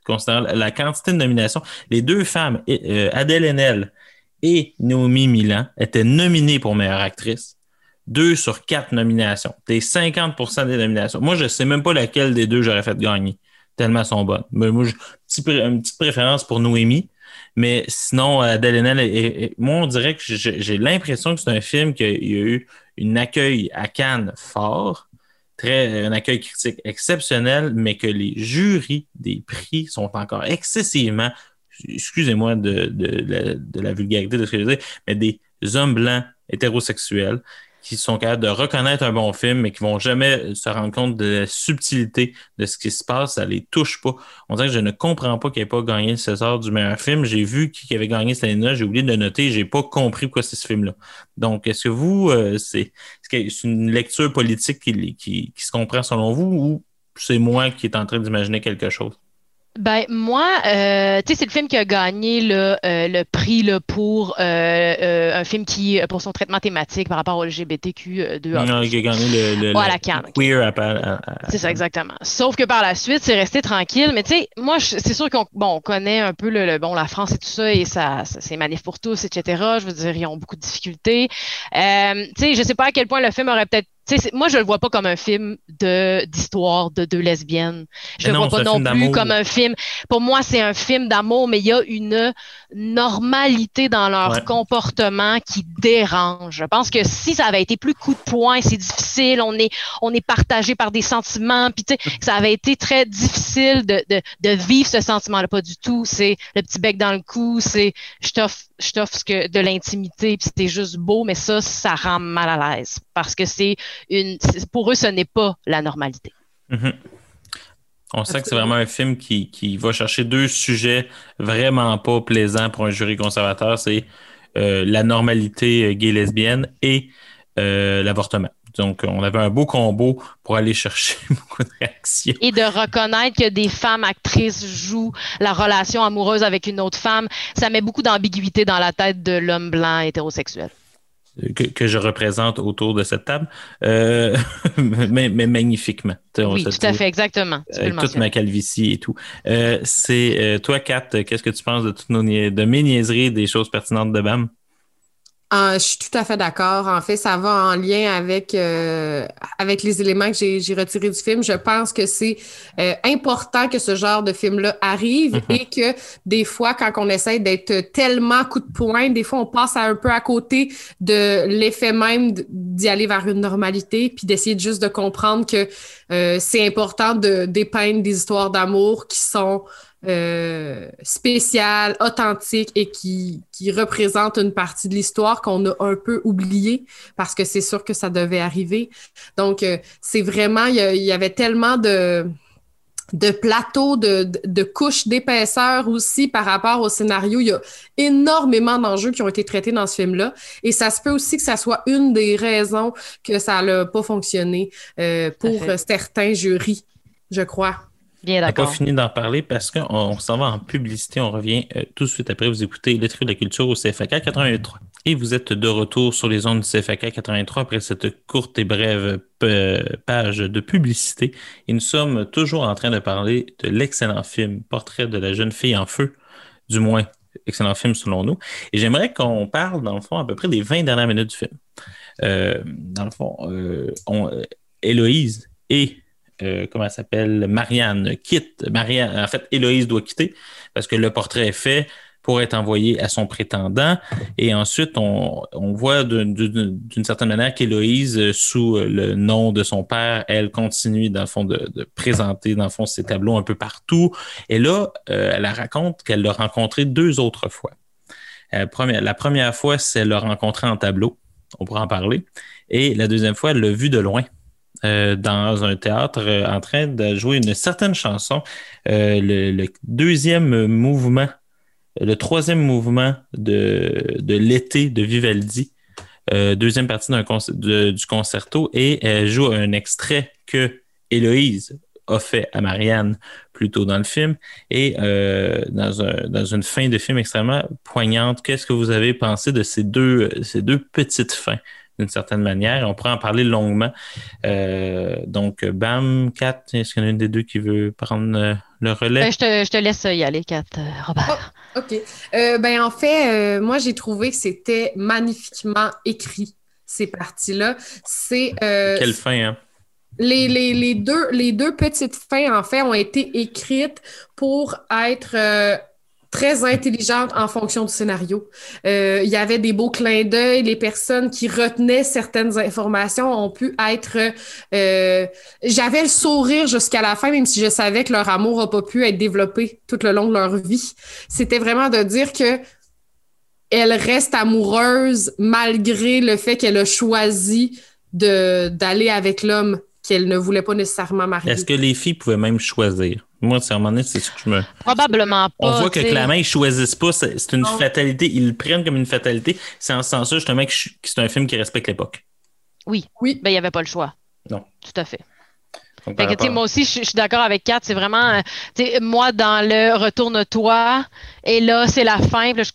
considérant la quantité de nominations. Les deux femmes, Adèle Haenel et Naomi Milan, étaient nominées pour meilleure actrice. 2 sur 4 nominations. T'es 50% des nominations. Moi, je sais même pas laquelle des deux j'aurais fait gagner. Tellement elles sont bonnes. Mais moi, une petite préférence pour Noémie. Mais sinon, Adèle Haenel, moi, on dirait que j'ai l'impression que c'est un film qui a eu un accueil à Cannes fort, un accueil critique exceptionnel, mais que les jurys des prix sont encore excessivement, excusez-moi de la vulgarité de ce que je veux dire, mais des hommes blancs hétérosexuels qui sont capables de reconnaître un bon film, mais qui vont jamais se rendre compte de la subtilité de ce qui se passe. Ça les touche pas. On dirait que je ne comprends pas qu'il n'ait pas gagné le César du meilleur film. J'ai vu qui avait gagné cette année-là. J'ai oublié de le noter. J'ai pas compris pourquoi c'est ce film-là. Donc, est-ce que vous, c'est une lecture politique qui se comprend selon vous ou c'est moi qui est en train d'imaginer quelque chose? Ben moi, tu sais, c'est le film qui a gagné le prix là, pour un film qui pour son traitement thématique par rapport au LGBTQ2. Non, il a gagné le à la Cannes. queer C'est ça, exactement. Sauf que par la suite, c'est resté tranquille. Mais tu sais, moi, c'est sûr qu'on connaît un peu la France et tout ça, et ça c'est manif pour tous, etc. Je veux dire, ils ont beaucoup de difficultés. Tu sais, je sais pas à quel point le film aurait peut-être. Moi, je le vois pas comme un film d'histoire de deux lesbiennes. Je le vois pas non plus comme un film. Pour moi, c'est un film d'amour, mais il y a une normalité dans leur comportement qui dérange. Je pense que si ça avait été plus coup de poing, c'est difficile. On est partagé par des sentiments. Puis tu sais, ça avait été très difficile de vivre ce sentiment-là. Pas du tout. C'est le petit bec dans le cou. C'est je t'offre de l'intimité. Puis c'était juste beau, mais ça rend mal à l'aise parce que pour eux, ce n'est pas la normalité. Mm-hmm. On sent que c'est vraiment un film qui va chercher deux sujets vraiment pas plaisants pour un jury conservateur. C'est la normalité gay-lesbienne et l'avortement. Donc, on avait un beau combo pour aller chercher beaucoup de réactions. Et de reconnaître que des femmes actrices jouent la relation amoureuse avec une autre femme, ça met beaucoup d'ambiguïté dans la tête de l'homme blanc hétérosexuel. Que je représente autour de cette table, mais magnifiquement. Oui, tout à fait, exactement. Avec toute ma calvitie et tout. C'est toi, Kat, qu'est-ce que tu penses de mes niaiseries, des choses pertinentes de BAM? Je suis tout à fait d'accord. En fait, ça va en lien avec les éléments que j'ai retirés du film. Je pense que c'est important que ce genre de film-là arrive et que des fois, quand on essaie d'être tellement coup de poing, des fois, on passe un peu à côté de l'effet même d'y aller vers une normalité puis d'essayer juste de comprendre que c'est important de dépeindre des histoires d'amour qui sont spécial, authentique et qui représente une partie de l'histoire qu'on a un peu oubliée parce que c'est sûr que ça devait arriver. Donc, c'est vraiment, il y avait tellement de plateaux, de couches d'épaisseur aussi par rapport au scénario. Il y a énormément d'enjeux qui ont été traités dans ce film-là et ça se peut aussi que ça soit une des raisons que ça n'a pas fonctionné pour certains jurys, je crois. Bien d'accord. On n'a pas fini d'en parler parce qu'on s'en va en publicité. On revient tout de suite après. Vous écoutez Les Trucs de la culture au CFAK 83. Et vous êtes de retour sur les ondes du CFAK 83 après cette courte et brève page de publicité. Et nous sommes toujours en train de parler de l'excellent film Portrait de la jeune fille en feu, du moins excellent film selon nous. Et j'aimerais qu'on parle, dans le fond, à peu près des 20 dernières minutes du film. Dans le fond, Héloïse et comment elle s'appelle? Marianne quitte. En fait, Héloïse doit quitter parce que le portrait est fait pour être envoyé à son prétendant. Et ensuite, on voit d'une certaine manière qu'Héloïse, sous le nom de son père, elle continue, dans le fond, de présenter, dans le fond, ses tableaux un peu partout. Et là, elle raconte qu'elle l'a rencontré 2 autres fois. La première fois, c'est elle l'a rencontré en tableau. On pourra en parler. Et la deuxième fois, elle l'a vu de loin. Dans un théâtre en train de jouer une certaine chanson. Le deuxième mouvement, le troisième mouvement de l'été de Vivaldi, deuxième partie du concerto, et elle joue un extrait que Héloïse a fait à Marianne plus tôt dans le film, et dans une fin de film extrêmement poignante. Qu'est-ce que vous avez pensé de ces deux petites fins d'une certaine manière. On pourrait en parler longuement. Donc, Bam, Kat, est-ce qu'il y en a une des deux qui veut prendre le relais? Je te laisse y aller, Kat, Robert. Oh, OK. En fait, moi, j'ai trouvé que c'était magnifiquement écrit, ces parties-là. C'est Quelle fin, hein? les deux petites fins, en fait, ont été écrites pour être très intelligentes en fonction du scénario. Il y avait des beaux clins d'œil. Les personnes qui retenaient certaines informations ont pu être... J'avais le sourire jusqu'à la fin, même si je savais que leur amour n'a pas pu être développé tout le long de leur vie. C'était vraiment de dire que elle reste amoureuse malgré le fait qu'elle a choisi d'aller avec l'homme qu'elle ne voulait pas nécessairement marier. Est-ce que les filles pouvaient même choisir? Moi, à un moment donné, c'est ce que je me... Probablement pas. On voit que t'sais. clairement, ils choisissent pas. C'est une Non. fatalité. Ils le prennent comme une fatalité. C'est en ce sens-là, justement, que c'est un film qui respecte l'époque. Oui, Oui. ben il n'y avait pas le choix. Non. Tout à fait. Donc, Fait que, moi aussi, je suis d'accord avec Kat. C'est vraiment, moi, dans le Retourne-toi, et là, c'est la fin. Puis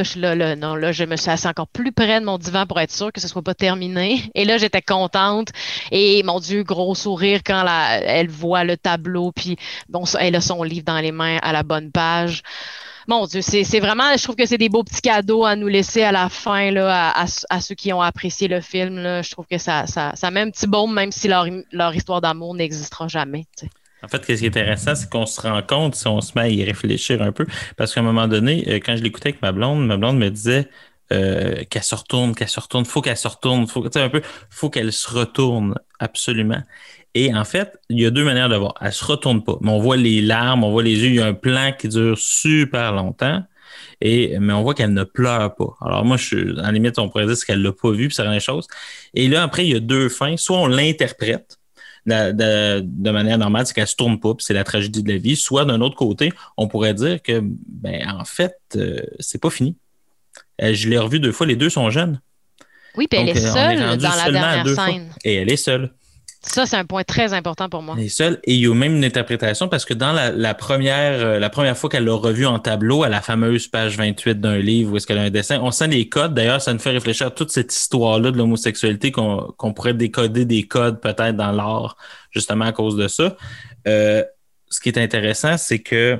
là, je me suis assise encore plus près de mon divan pour être sûre que ce soit pas terminé. Et là, j'étais contente. Et mon Dieu, gros sourire quand elle voit le tableau. Puis, bon, elle a son livre dans les mains à la bonne page. Mon Dieu, c'est vraiment, je trouve que c'est des beaux petits cadeaux à nous laisser à la fin, là, à ceux qui ont apprécié le film, là. Je trouve que ça met un petit baume, même si leur histoire d'amour n'existera jamais, t'sais. En fait, ce qui est intéressant, c'est qu'on se rend compte, si on se met à y réfléchir un peu, parce qu'à un moment donné, quand je l'écoutais avec ma blonde me disait qu'elle se retourne, faut qu'elle se retourne, faut qu'elle se retourne, absolument. Et en fait, il y a deux manières de voir. Elle se retourne pas, mais on voit les larmes, on voit les yeux, il y a un plan qui dure super longtemps, mais on voit qu'elle ne pleure pas. Alors moi, en limite, on pourrait dire qu'elle l'a pas vu, puis c'est rien de chose. Et là, après, il y a deux fins. Soit on l'interprète de manière normale, c'est qu'elle se tourne pas, puis c'est la tragédie de la vie. Soit d'un autre côté, on pourrait dire que, en fait, c'est pas fini. Je l'ai revu deux fois, les deux sont jeunes. Oui, puis elle Donc, est on est seule rendu dans la seulement à dernière deux fois. scène. Et elle est seule. Ça, c'est un point très important pour moi. Elle est seule. Et il y a même une interprétation parce que dans la première fois qu'elle l'a revu en tableau, à la fameuse page 28 d'un livre où est-ce qu'elle a un dessin, on sent les codes. D'ailleurs, ça nous fait réfléchir à toute cette histoire-là de l'homosexualité qu'on pourrait décoder des codes peut-être dans l'art, justement à cause de ça. Ce qui est intéressant, c'est que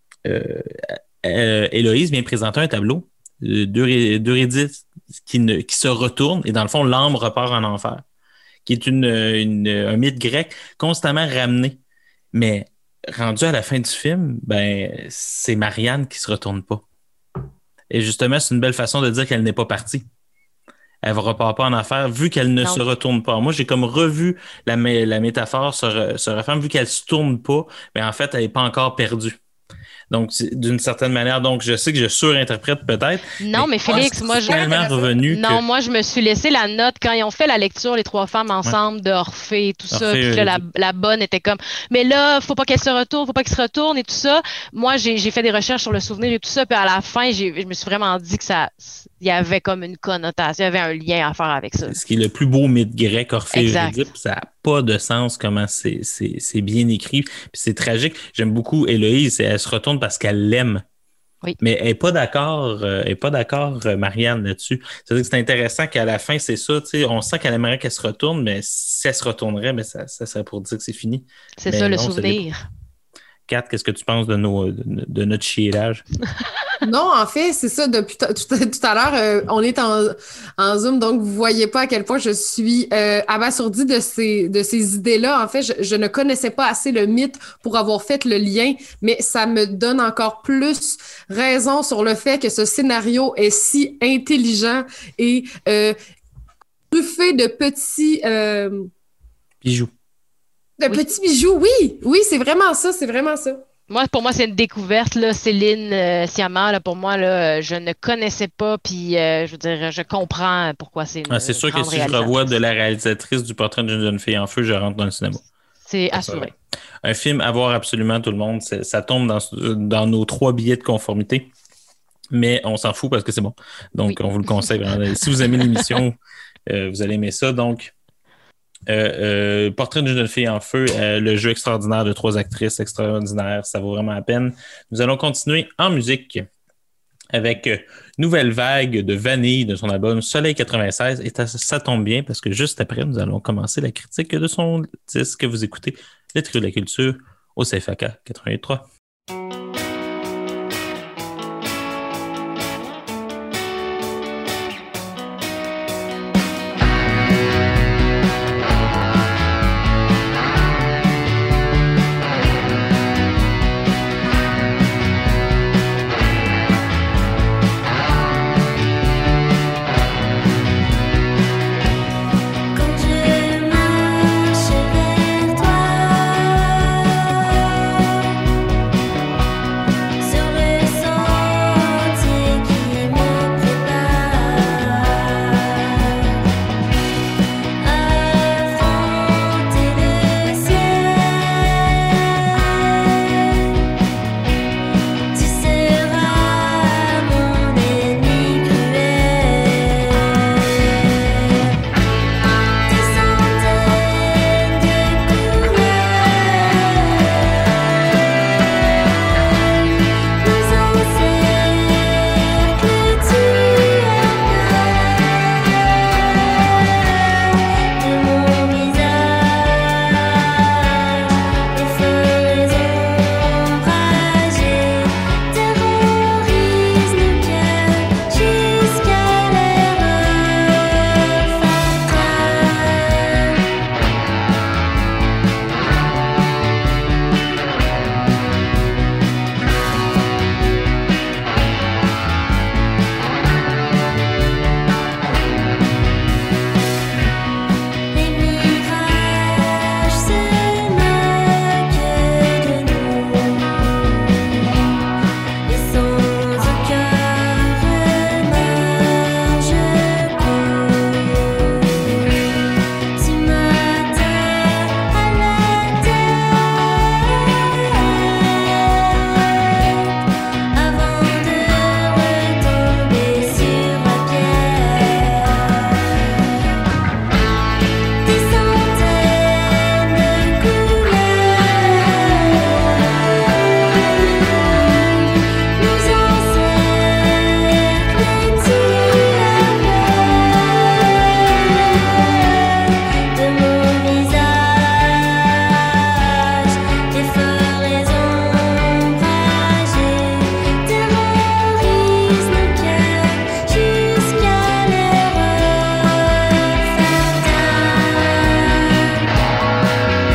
Héloïse vient présenter un tableau d'Eurydice qui se retourne et dans le fond, l'âme repart en enfer, qui est un mythe grec constamment ramené. Mais rendu à la fin du film, c'est Marianne qui se retourne pas. Et justement, c'est une belle façon de dire qu'elle n'est pas partie. Elle ne repart pas en affaires vu qu'elle ne se retourne pas. Moi, j'ai comme revu la métaphore se referme, vu qu'elle ne se tourne pas, mais en fait, elle n'est pas encore perdue. Donc, d'une certaine manière, donc je sais que je surinterprète peut-être. Non, mais Félix, moi, moi, je me suis laissé la note quand ils ont fait la lecture, les trois femmes ensemble, de Orphée et tout ça. Puis là, la bonne était comme, mais là, faut pas qu'elle se retourne, faut pas qu'il se retourne et tout ça. Moi, j'ai fait des recherches sur le souvenir et tout ça. Puis à la fin, je me suis vraiment dit que il y avait comme une connotation, il y avait un lien à faire avec ça. Ce qui est le plus beau mythe grec, Orphée et Eurydice, ça n'a pas de sens comment c'est bien écrit. Puis c'est tragique. J'aime beaucoup Héloïse, elle se retourne parce qu'elle l'aime. Oui. Mais elle n'est pas d'accord, Marianne, là-dessus. C'est-à-dire que c'est intéressant qu'à la fin, c'est ça, tu sais, on sent qu'elle aimerait qu'elle se retourne, mais si elle se retournerait, mais ça serait pour dire que c'est fini. C'est ça, le souvenir. Kat, qu'est-ce que tu penses de notre chiérage? Non, en fait, c'est ça. Depuis tout à l'heure, on est en Zoom, donc vous voyez pas à quel point je suis abasourdie de ces idées-là. En fait, je ne connaissais pas assez le mythe pour avoir fait le lien, mais ça me donne encore plus raison sur le fait que ce scénario est si intelligent et truffé de petits bijoux. Petits bijoux, oui, c'est vraiment ça. Pour moi, c'est une découverte, là. Céline Sciamma, là, pour moi, là, je ne connaissais pas, puis je veux dire, je comprends pourquoi c'est une c'est sûr que si je revois de la réalisatrice du Portrait d'une jeune fille en feu, je rentre dans le cinéma. C'est assuré. Un film à voir absolument tout le monde. Ça tombe dans nos 3 billets de conformité, mais on s'en fout parce que c'est bon. Donc, on vous le conseille. Si vous aimez l'émission, vous allez aimer ça. Donc, Portrait d'une jeune fille en feu, le jeu extraordinaire de 3 actrices extraordinaires, ça vaut vraiment la peine. Nous allons continuer en musique avec Nouvelle Vague de Vanille de son album Soleil 96. Et ça tombe bien parce que juste après, nous allons commencer la critique de son disque que vous écoutez, Le Trio de la Culture, au CFAK 88.3. Quand je marche vers toi, sur le sentier qui me prépare, affronter le ciel, tu seras mon ennemi cruel. Des centaines de couleurs nous encerclent, tu de mon visage, les feux ombragés terrorisent nos cœurs jusqu'à l'heure fatale. Les mirages se moquent de nous, et sans aucun remords je cours. Tu m'attends à la tête avant de retomber sur la pierre. Des centaines de couleurs nous encerclent, tu de mon visage, les forêts ombragées terrorisent nos cœurs jusqu'à l'heure fatale.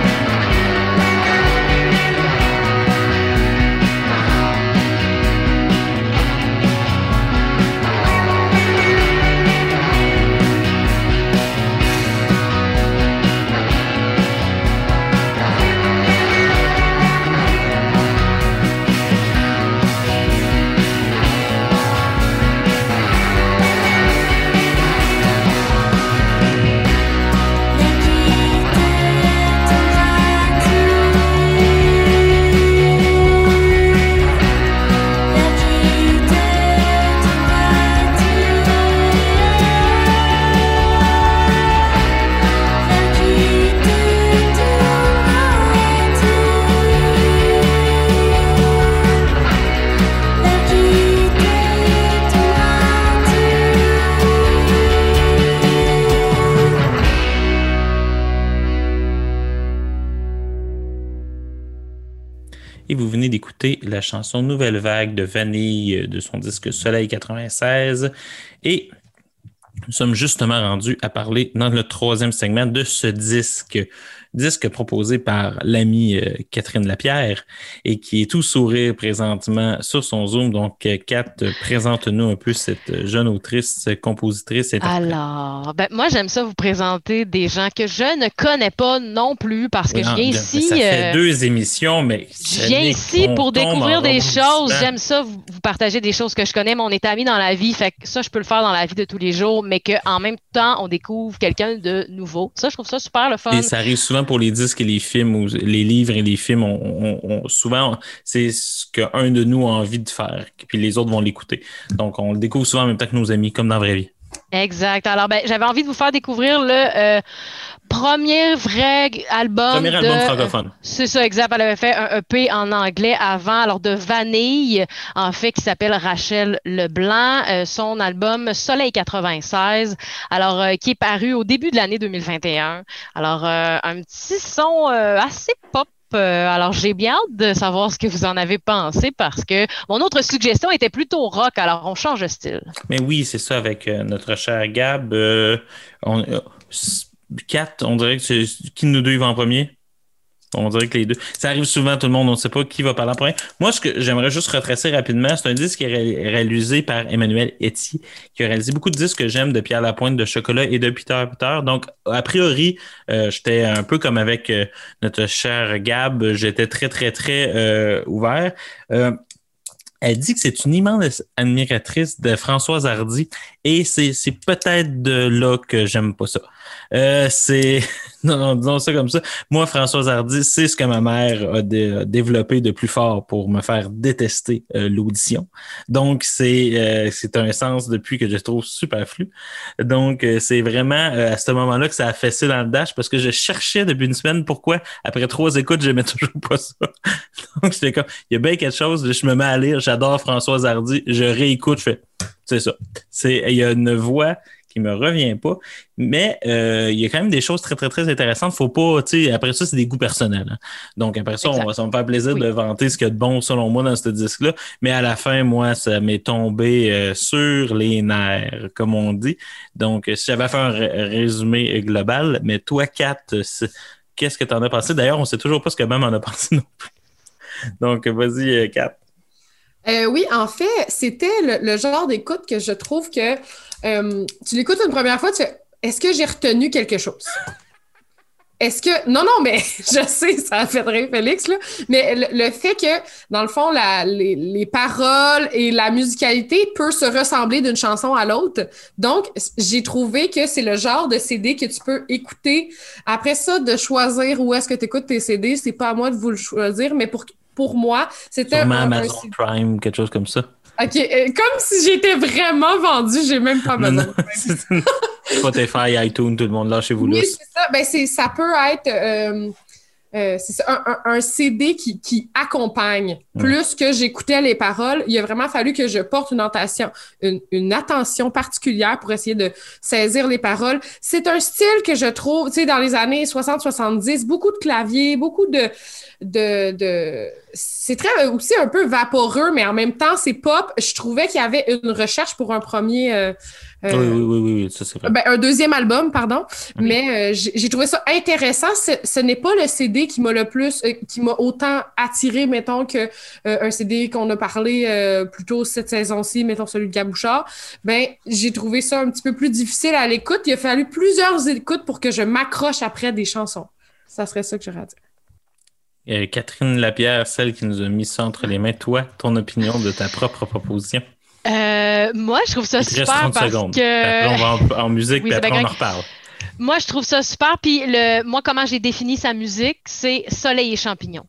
Et vous venez d'écouter la chanson Nouvelle Vague de Vanille de son disque Soleil 96. Et nous sommes justement rendus à parler dans le troisième segment de ce disque proposé par l'amie Catherine Lapierre et qui est tout sourire présentement sur son Zoom. Donc, Kat, présente-nous un peu cette jeune autrice, compositrice, interprète. Alors, moi, j'aime ça vous présenter des gens que je ne connais pas non plus parce que je viens ici. Ça fait 2 émissions, mais je viens ici pour découvrir des choses. J'aime ça, vous partager des choses que je connais, mais on est amis dans la vie. Fait que ça, je peux le faire dans la vie de tous les jours, mais qu'en même temps, on découvre quelqu'un de nouveau. Ça, je trouve ça super le fun. Et ça arrive souvent pour les disques et les films, ou les livres et les films. Souvent, c'est ce qu'un de nous a envie de faire, puis les autres vont l'écouter. Donc, on le découvre souvent en même temps que nos amis, comme dans la vraie vie. Exact. Alors, j'avais envie de vous faire découvrir le premier vrai album Premier album francophone. C'est ça, exact. Elle avait fait un EP en anglais avant, alors de Vanille, en fait, qui s'appelle Rachel Leblanc. Son album Soleil 96, alors qui est paru au début de l'année 2021. Alors, un petit son assez pop. Alors, j'ai bien hâte de savoir ce que vous en avez pensé parce que mon autre suggestion était plutôt rock, alors on change de style. Mais oui, c'est ça avec notre cher Gab. Kat, on dirait que c'est qui de nous deux il va en premier? On dirait que les deux. Ça arrive souvent, tout le monde, on ne sait pas qui va parler en premier. Moi, ce que j'aimerais juste retracer rapidement, c'est un disque qui est réalisé par Emmanuel Etier, qui a réalisé beaucoup de disques que j'aime de Pierre Lapointe, de Chocolat et de Peter Peter. Donc, a priori, j'étais un peu comme avec notre cher Gab, j'étais très, très, très ouvert. Elle dit que c'est une immense admiratrice de Françoise Hardy et c'est peut-être de là que j'aime pas ça. Non, disons ça comme ça. Moi, Françoise Hardy, c'est ce que ma mère a développé de plus fort pour me faire détester l'audition. Donc, c'est un sens depuis que je trouve superflu. Donc, c'est vraiment à ce moment-là que ça a fessé dans le dash parce que je cherchais depuis une semaine pourquoi, après 3 écoutes, j'aimais toujours pas ça. Donc, j'étais comme, il y a bien quelque chose, je me mets à lire, j'adore Françoise Hardy, je réécoute, je fais, c'est ça. Il y a une voix qui me revient pas, mais il y a quand même des choses très, très, très intéressantes. Faut pas, tu sais, après ça, c'est des goûts personnels. Hein. Donc, après ça, ça va me faire plaisir de vanter ce qu'il y a de bon, selon moi, dans ce disque-là. Mais à la fin, moi, ça m'est tombé sur les nerfs, comme on dit. Donc, si j'avais fait un résumé global, mais toi, Kat, qu'est-ce que tu en as pensé? D'ailleurs, on sait toujours pas ce que Bam en a pensé non plus. Donc, vas-y, Kat. Oui, en fait, c'était le genre d'écoute que je trouve que tu l'écoutes une première fois, tu fais est-ce que j'ai retenu quelque chose? Est-ce que. Non, mais je sais, ça a fait rire Félix, là. Mais le fait que, dans le fond, les paroles et la musicalité peuvent se ressembler d'une chanson à l'autre. Donc, j'ai trouvé que c'est le genre de CD que tu peux écouter. Après ça, de choisir où est-ce que tu écoutes tes CD, c'est pas à moi de vous le choisir, mais pour moi, c'était sûrement Amazon Prime, quelque chose comme ça. OK, comme si j'étais vraiment vendue, j'ai même pas besoin. Spotify, iTunes, tout le monde, lâchez-vous là. Oui, c'est ça. Ben, ça peut être c'est ça, un CD qui accompagne. Plus que j'écoutais les paroles, il a vraiment fallu que je porte une attention particulière pour essayer de saisir les paroles. C'est un style que je trouve, tu sais, dans les années 60-70, beaucoup de claviers, beaucoup de c'est très aussi un peu vaporeux, mais en même temps, c'est pop. Je trouvais qu'il y avait une recherche pour un premier... oui, ça c'est vrai. Un deuxième album, pardon. Oui. Mais j'ai trouvé ça intéressant. Ce n'est pas le CD qui m'a le plus... qui m'a autant attiré, mettons, que un CD qu'on a parlé plus tôt cette saison-ci, mettons celui de Gabouchard. Ben, j'ai trouvé ça un petit peu plus difficile à l'écoute. Il a fallu plusieurs écoutes pour que je m'accroche après des chansons. Ça serait ça que j'aurais à dire. Catherine Lapierre, celle qui nous a mis ça entre les mains, toi, ton opinion de ta propre proposition? Moi, je trouve ça super parce secondes. que... Après, on va en musique, puis après, on en reparle. Moi, je trouve ça super. Puis, moi, comment j'ai défini sa musique, c'est soleil et champignons.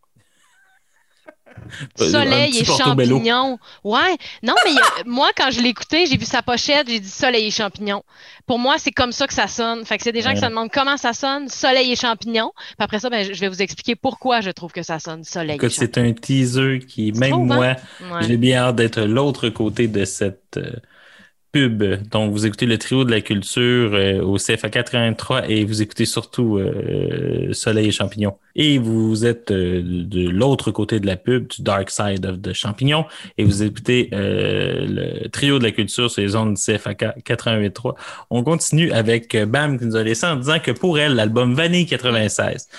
Soleil et champignons. Ouais. Non, mais moi, quand je l'ai écouté, j'ai vu sa pochette, j'ai dit soleil et champignons. Pour moi, c'est comme ça que ça sonne. Fait que c'est des gens qui se demandent comment ça sonne, soleil et champignons. Puis après ça, je vais vous expliquer pourquoi je trouve que ça sonne soleil et champignons. C'est un teaser qui, même moi, j'ai bien hâte d'être l'autre côté de cette pub. Donc, vous écoutez le trio de la culture au CFA 83 et vous écoutez surtout Soleil et Champignons. Et vous êtes de l'autre côté de la pub, du Dark Side of the Champignons, et vous écoutez le trio de la culture sur les ondes du CFA 88.3. On continue avec Bam qui nous a laissé en disant que pour elle, l'album Vanille 96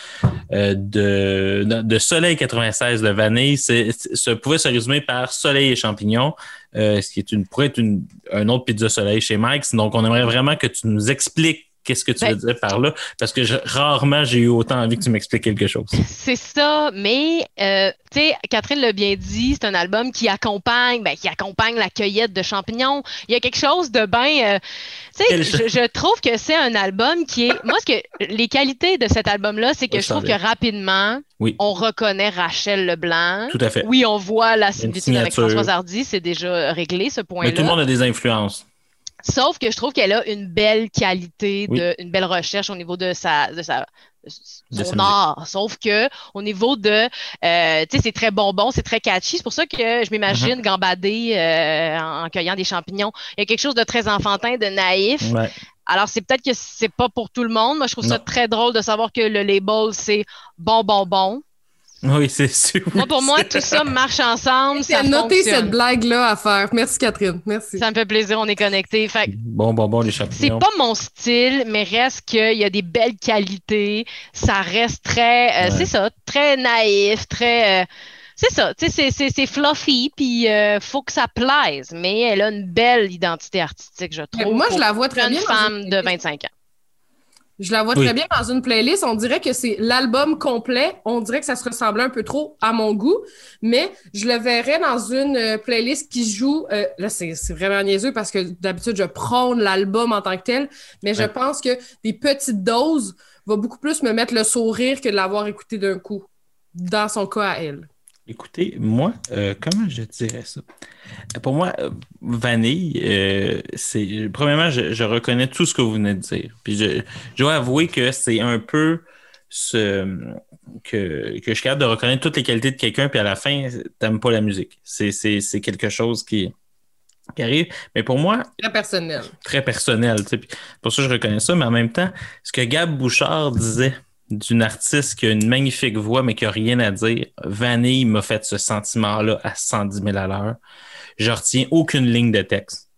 de Soleil 96 de Vanille, ça pouvait se résumer par Soleil et Champignons. Ce qui pourrait être un autre pizza soleil chez Mike's. Donc, on aimerait vraiment que tu nous expliques qu'est-ce que tu veux dire par là, parce que rarement j'ai eu autant envie que tu m'expliques quelque chose. C'est ça, mais tu sais, Catherine l'a bien dit, c'est un album qui accompagne la cueillette de champignons. Il y a quelque chose de bien... tu sais, je trouve que c'est un album qui est... Moi, les qualités de cet album-là, c'est que je trouve que rapidement, on reconnaît Rachel Leblanc. Tout à fait. Oui, on voit la similitude avec Françoise Hardy, c'est déjà réglé, ce point-là. Mais tout le monde a des influences. Sauf que je trouve qu'elle a une belle qualité, Oui. une belle recherche au niveau de De sa son musique. art. Sauf que au niveau de, tu sais, c'est très bonbon, c'est très catchy. C'est pour ça que je m'imagine gambader en cueillant des champignons. Il y a quelque chose de très enfantin, de naïf. Ouais. Alors, c'est peut-être que c'est pas pour tout le monde. Moi, je trouve ça Non. très drôle de savoir que le label, c'est bon, bon, bon. Oui, c'est sûr. Moi, pour moi, tout ça marche ensemble, ça J'ai noté cette fonctionne. blague-là à faire. Merci, Catherine. Merci. Ça me fait plaisir, on est connectés. Fait que Bon, les c'est champignons. pas mon style, mais reste qu'il y a des belles qualités. Ça reste très, Ouais. c'est ça, très naïf, très, c'est ça, tu sais, c'est fluffy, puis faut que ça plaise. Mais elle a une belle identité artistique, je trouve. Moi, je pour la vois très une bien dans femme une de 25 ans. Je la vois Oui. très bien dans une playlist. On dirait que c'est l'album complet. On dirait que ça se ressemblait un peu trop à mon goût, mais je le verrais dans une playlist qui joue. Là, c'est vraiment niaiseux parce que d'habitude, je prône l'album en tant que tel, mais je Ouais. pense que des petites doses va beaucoup plus me mettre le sourire que de l'avoir écouté d'un coup, dans son cas à elle. Écoutez, moi, comment je dirais ça? Pour moi, Vanille, c'est. Premièrement, je reconnais tout ce que vous venez de dire. Puis je dois avouer que c'est un peu que je suis capable de reconnaître toutes les qualités de quelqu'un, puis à la fin, t'aimes pas la musique. C'est quelque chose qui arrive. Mais pour moi, Très personnel. très personnel. Tu sais. Puis pour ça, je reconnais ça. Mais en même temps, ce que Gab Bouchard disait d'une artiste qui a une magnifique voix, mais qui n'a rien à dire, Vanille m'a fait ce sentiment-là à 110 000 à l'heure. Je retiens aucune ligne de texte.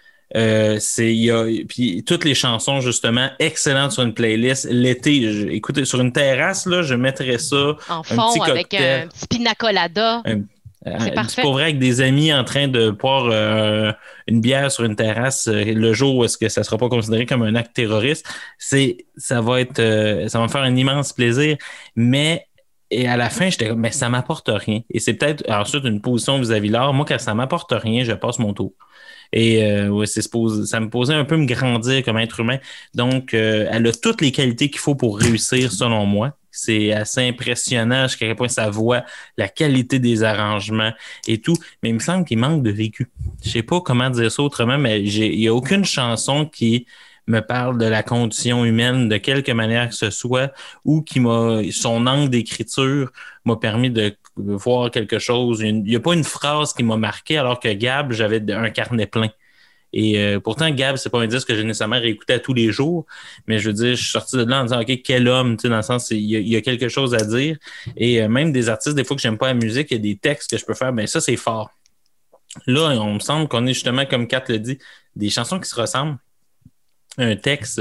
Puis toutes les chansons, justement, excellentes sur une playlist. L'été, écoutez, sur une terrasse, là, je mettrais ça. En Un fond, petit avec cocktail. un petit pina colada. C'est parfait. Pour vrai, avec des amis en train de boire une bière sur une terrasse le jour où est-ce que ça sera pas considéré comme un acte terroriste, ça va me faire un immense plaisir. Mais et à la fin, j'étais comme, mais ça m'apporte rien. Et c'est peut-être ensuite une position vis-à-vis de l'art. Moi, quand ça m'apporte rien, je passe mon tour. Et ouais, ça me posait un peu me grandir comme être humain. Donc, elle a toutes les qualités qu'il faut pour réussir, selon moi. C'est assez impressionnant jusqu'à quel point sa voix, la qualité des arrangements et tout. Mais il me semble qu'il manque de vécu. Je sais pas comment dire ça autrement, mais il y a aucune chanson qui me parle de la condition humaine de quelque manière que ce soit ou son angle d'écriture m'a permis de voir quelque chose. Il n'y a pas une phrase qui m'a marqué alors que Gab, j'avais un carnet plein. Et pourtant, Gab, c'est pas un disque que j'ai nécessairement réécouté à tous les jours, mais je veux dire, je suis sorti de là en disant, OK, quel homme, tu sais, dans le sens, il y a quelque chose à dire. Et même des artistes, des fois que j'aime pas la musique, il y a des textes que je peux faire, ben ça, c'est fort. Là, on me semble qu'on est justement, comme Kat le dit, des chansons qui se ressemblent. Un texte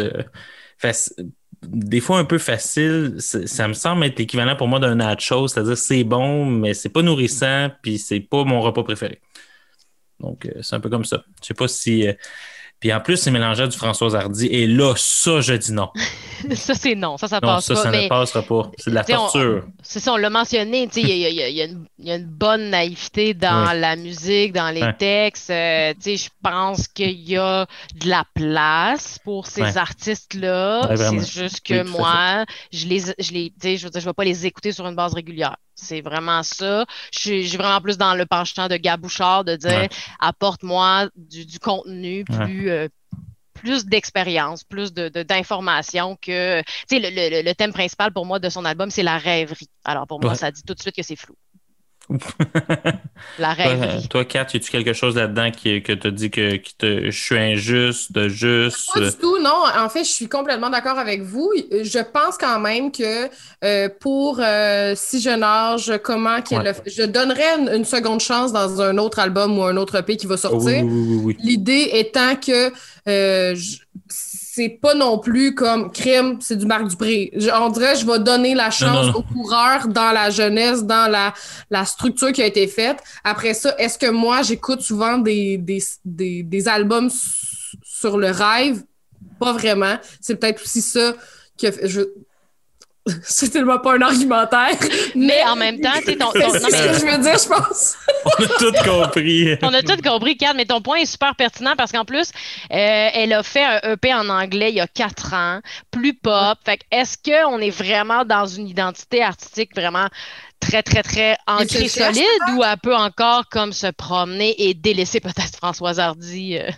des fois un peu facile, ça me semble être l'équivalent pour moi d'un nacho, c'est-à-dire c'est bon, mais c'est pas nourrissant, puis c'est pas mon repas préféré. Donc, c'est un peu comme ça. Je sais pas si... Puis en plus, c'est mélangé à du Françoise Hardy. Et là, ça, je dis non. Ça, c'est non. Ça Non, passe ça, pas. ça Mais ne passera pas. C'est de la tu sais, torture. c'est ça, on l'a mentionné, tu sais, il y a une bonne naïveté dans Oui. la musique, dans les Ouais. textes. Tu sais, je pense qu'il y a de la place pour ces Ouais. artistes-là. Ouais, vraiment. C'est juste que Oui, tout à moi, tu sais, je veux dire, je vais pas les écouter sur une base régulière. C'est vraiment ça. J'ai vraiment plus dans le penchant de Gab Bouchard de dire, Ouais. apporte-moi du contenu plus d'expérience, plus d'informations que... Tu sais, le thème principal pour moi de son album, c'est la rêverie. Alors pour moi, Ouais. ça dit tout de suite que c'est flou. La rêverie. Toi, Kat, y a-tu quelque chose là-dedans que tu as dit je suis injuste, juste... Pas du tout, non. En fait, je suis complètement d'accord avec vous. Je pense quand même que pour Si Jeune Âge, je donnerais une seconde chance dans un autre album ou un autre EP qui va sortir. Oui. L'idée étant que c'est pas non plus comme crime, c'est du Marc Dupré. On dirait je vais donner la chance Non. aux coureurs dans la jeunesse, dans la structure qui a été faite. Après ça, est-ce que moi, j'écoute souvent des albums sur le rêve? Pas vraiment. C'est peut-être aussi ça que c'est tellement pas un argumentaire. Mais en même temps, tu sais, c'est ce que je veux dire, je pense. On a tout compris. On a tout compris, Kat, mais ton point est super pertinent parce qu'en plus, elle a fait un EP en anglais il y a 4 ans, plus pop. Fait que est-ce qu'on est vraiment dans une identité artistique vraiment très, très, très ancrée, solide, ou elle peut encore comme se promener et délaisser peut-être Françoise Hardy?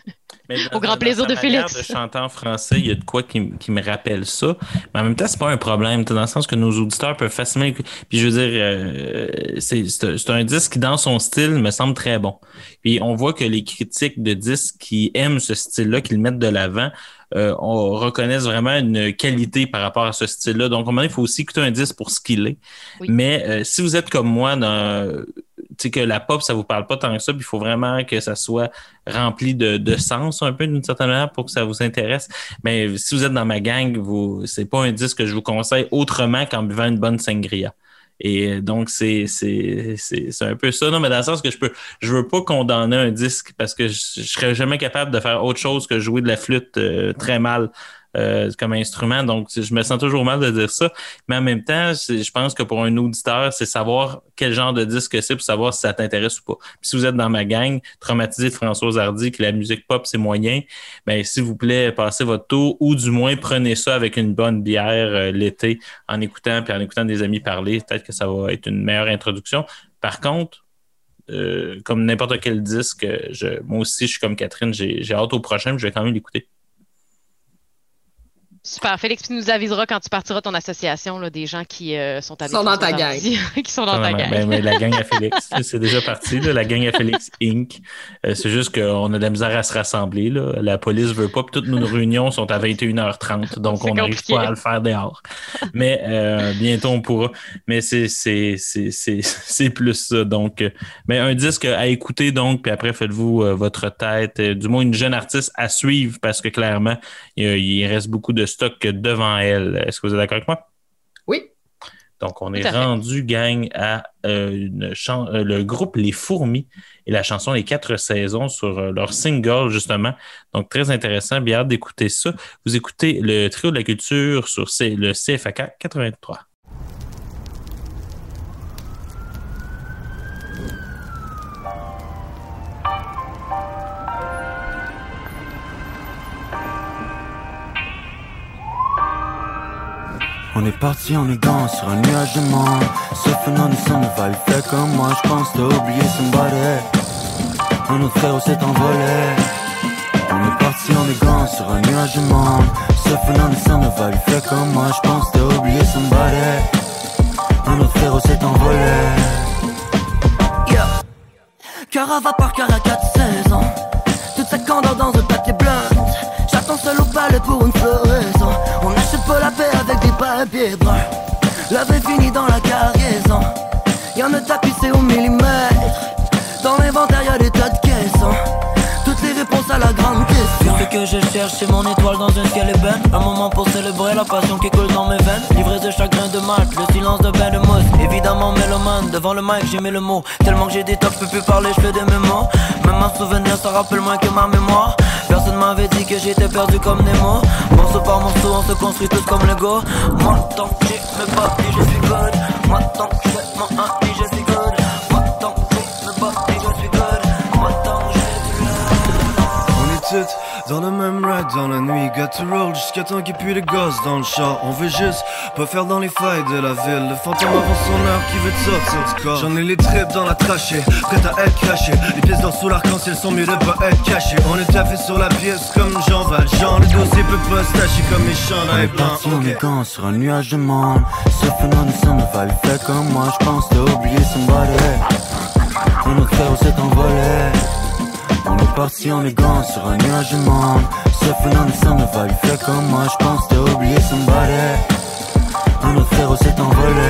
Mais Au grand plaisir sa de manière Félix. de chanter en français, il y a de quoi qui me rappelle ça. Mais en même temps, c'est pas un problème, dans le sens que nos auditeurs peuvent facilement écouter. Puis je veux dire, c'est un disque qui, dans son style, me semble très bon. Puis on voit que les critiques de disques qui aiment ce style-là, qui le mettent de l'avant, on reconnaisse vraiment une qualité par rapport à ce style-là. Donc, à un moment donné, il faut aussi écouter un disque pour ce qu'il est. Oui. Mais si vous êtes comme moi, tu sais, que la pop, ça vous parle pas tant que ça, puis il faut vraiment que ça soit rempli de sens un peu d'une certaine manière pour que ça vous intéresse. Mais si vous êtes dans ma gang, c'est pas un disque que je vous conseille autrement qu'en buvant une bonne sangria. Et donc, c'est un peu ça. Non, mais dans le sens que je veux pas condamner un disque parce que je serais jamais capable de faire autre chose que jouer de la flûte très mal comme instrument. Donc, je me sens toujours mal de dire ça. Mais en même temps, je pense que pour un auditeur, c'est savoir quel genre de disque c'est pour savoir si ça t'intéresse ou pas. Puis si vous êtes dans ma gang, traumatisé de Françoise Hardy, que la musique pop, c'est moyen, ben s'il vous plaît, passez votre tour ou du moins prenez ça avec une bonne bière l'été en écoutant des amis parler. Peut-être que ça va être une meilleure introduction. Par contre, comme n'importe quel disque, moi aussi, je suis comme Catherine, j'ai hâte au prochain, mais je vais quand même l'écouter. Super. Félix, tu nous aviseras quand tu partiras ton association, là, des gens qui sont à Sont dans ta gang. qui sont dans ta gang. Ben, la gang à Félix, c'est déjà parti, là, la gang à Félix Inc. C'est juste qu'on a de la misère à se rassembler. Là. La police veut pas, puis toutes nos réunions sont à 21h30, donc C'est on n'arrive compliqué. pas à le faire dehors. Mais bientôt on pourra. Mais c'est plus ça. Donc, mais un disque à écouter, donc, puis après faites-vous votre tête. Du moins une jeune artiste à suivre, parce que clairement, il reste beaucoup de stock devant elle. Est-ce que vous êtes d'accord avec moi? Oui. Donc, on Tout est à fait. rendu, gang, à le groupe Les Fourmis et la chanson Les 4 saisons sur leur single, justement. Donc, très intéressant. Bien hâte d'écouter ça. Vous écoutez le trio de la culture sur le CFAK 83. On est parti en élégant sur un nuage de monde. Ce phénomène s'en va, il fait comme moi. Je pense t'as oublié somebody. Un autre frère s'est envolé. On est parti en élégant sur un nuage de monde. Ce phénomène s'en va, il fait comme moi. Je pense t'as oublié somebody. Un autre frère s'est envolé. Yeah. Cœur à vapeur, cœur à 4 saisons. Toute sa candeur dans un papier blanc. J'attends seul au palais pour une floraison. On n'achète pas la paix avec des papiers bruns. La vie finit dans la cargaison. Y'en a tapissé au millimètre. Dans l'inventaire y'a des tas de caissons. Toutes les réponses à la grande question. Tout ce que je cherche c'est mon étoile dans un ciel ébène. Un moment pour célébrer la passion qui coule dans mes veines. Livré de chagrin de mat, le silence de bain de mousse. Évidemment mélomane, devant le mic j'ai mis le mot. Tellement que j'ai des tocs, je peux plus parler, je fais des mémos. Même un souvenir ça rappelle moins que ma mémoire. Personne m'avait dit que j'étais perdu comme Nemo. Morceau par morceau on se construit tous comme Lego. Moi tant que j'ai mes papiers je suis good. Moi tant que j'ai mon ami je suis good. Moi tant que j'ai mes papiers je suis good. Moi tant que j'ai du love. On est toutes dans le même ride dans la nuit. Got to roll jusqu'à temps qu'il y ait plus de gosses dans le char. On veut juste pas faire dans les failles de la ville. Le fantôme avant son heure qui veut te sortir du corps. J'en ai les tripes dans la trachée, prête à être craché. Les pièces d'or sous l'arc-en-ciel sont mieux de pas être cachées. On est taffé sur la pièce comme Jean Valjean. Le dossier peut pas se tâcher comme les chandails blancs. On est parti en élégant sur un nuage de monde. Ce phénomène s'en va, il fait comme moi. Je pense t'as oublié somebody. Un autre frère s'est envolé. On est parti en élégant sur un nuage de monde. Ce phénomène s'en va, il fait comme moi. Je pense t'as oublié somebody. Un autre frère s'est envolé.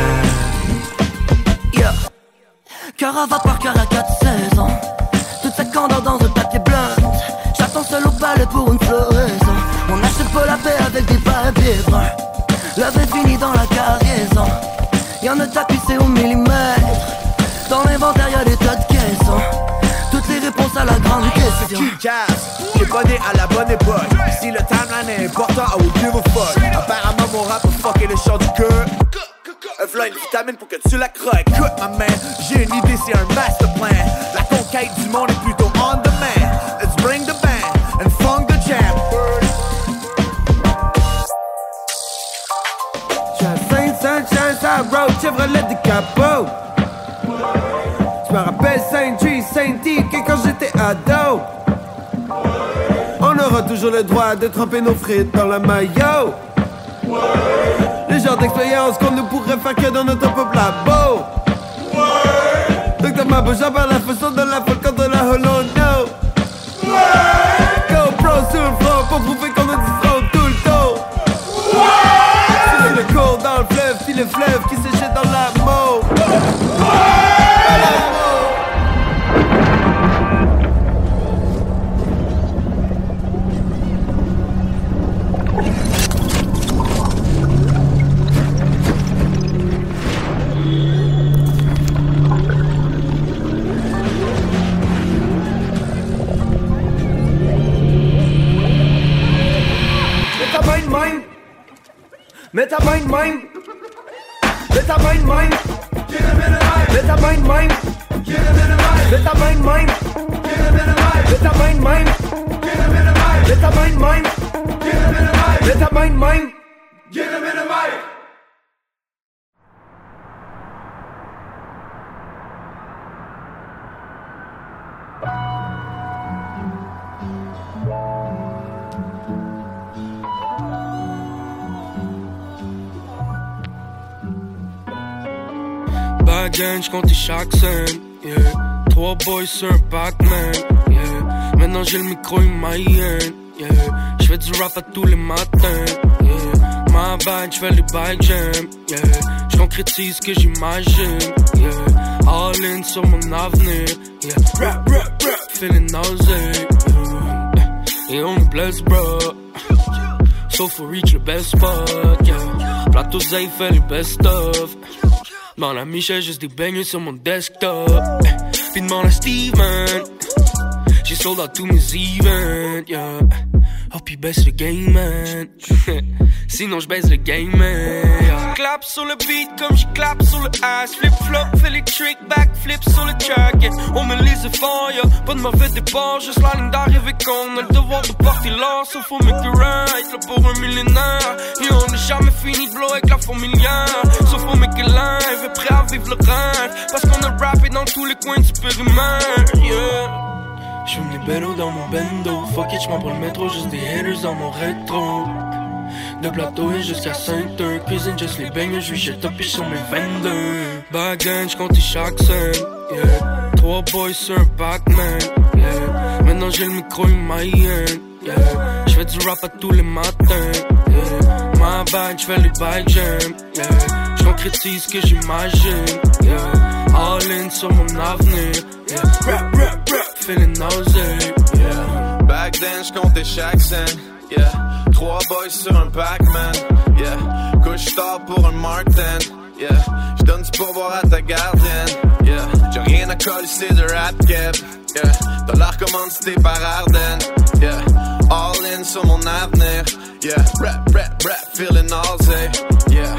Yeah. Cœur à vapeur, cœur à 4 saisons. Toute sa candeur dans un papier blanc. J'attends seul au palais pour une floraison. On n'achète pas la paix avec des papiers bruns. La vie finit dans la cargaison. Y'en a tapissé au millimètre. Dans l'inventaire y'a des tas de caissons. Toutes les réponses à la grande question. J'ai pas né à la bonne époque. Si le timeline est important, I will give a fuck. Apparemment mon rap a fucké le chant du cœur. V'là une vitamine pour que tu la croques. Écoute ma man, j'ai une idée, c'est un master plan. La conquête du monde est plutôt on demand. Let's bring the band and funk the jam. J'suis à Saint-Sunshine, ça road, Chevrolet de capot. J'me rappelle Saint-G, Saint-D, que quand j'étais ado. On aura toujours le droit de tremper nos frites dans la maillot. Le genre d'expérience qu'on ne pourrait faire que dans notre propre labo. Docteur Mabo, j'en la façon de la folle contre la Hollande. GoPro sur le front pour prouver qu'on a du front tout le temps. C'est le cours dans le fleuve, si le fleuve qui séchait dans la mort. Meta mind mind. Meta mind mind. Get him in the light. Meta mind mind. Get him in the light. Meta mind mind. Get him in the light. Meta mind mind. Get him in the light. Meta mind mind. Get him in the light. Meta mind mind. Get him in the light. Bagan, j'comptais chaque scène, yeah. 3 boys sur un Pac-Man, yeah. Maintenant j'ai le micro et ma hyène, yeah. J'fais du rap à tous les matins, yeah. Ma bad, j'fais les bike jam, yeah. J'concrétise ce que j'imagine, yeah. All in sur mon avenir, yeah. Rap, rap, rap, feeling nausée, yeah. Et on est blessed, bro. Sauf for reach le best spot, yeah. Plateau Zay fait les best stuff. Dans la Michel, juste des beignets sur mon desktop. Puis demande à Steven. J'ai sold out tous mes events, yeah. Oh, puis baisse le game, man. Sinon, j'baisse le game, man. Yeah. Clap sur le beat comme j'y clap sur le ass. Flip flop, fais les tricks, backflip sur le track. Yeah. On me lise fort, y'a pas de mauvais départ. Juste la ligne d'arrivée qu'on a le devoir de porter l'or. Sauf au make it right, là pour un millénaire. Et on n'est jamais fini de blow avec la fourmilière. Sauf au make it live, et prêt à vivre le rêve. Parce qu'on a rappé dans tous les coins du périmètre, yeah. J'fume les bellos dans mon bendo. Fuck it, j'm'en prends le métro, juste des haters dans mon rétro. De plateau et jusqu'à 5h. Cuisine juste les beignets, j'suis chez Top et sur mes vendeurs. Bagan, j'comptais chaque scène, yeah. 3 boys sur un Pac-Man, yeah. Maintenant j'ai le micro et ma hyène, yeah. J'fais du rap à tous les matins, yeah. Ma bad, j'fais les bike jam, yeah. J'concrétise ce que j'imagine, yeah. All in sur mon avenir, yeah. Rap, rap, rap, feeling nausée, yeah. Back then, j'comptais chaque scène, yeah. 3 boys sur un Pac-Man, yeah. Couche tard pour un Martin, yeah. J'donne du pourboire à ta gardienne, yeah. J'ai rien à coller, c'est de rap cap, yeah. T'as l'air commandité par Arden, yeah. All in sur mon avenir, yeah. Rap, rap, rap, feeling nausée, yeah.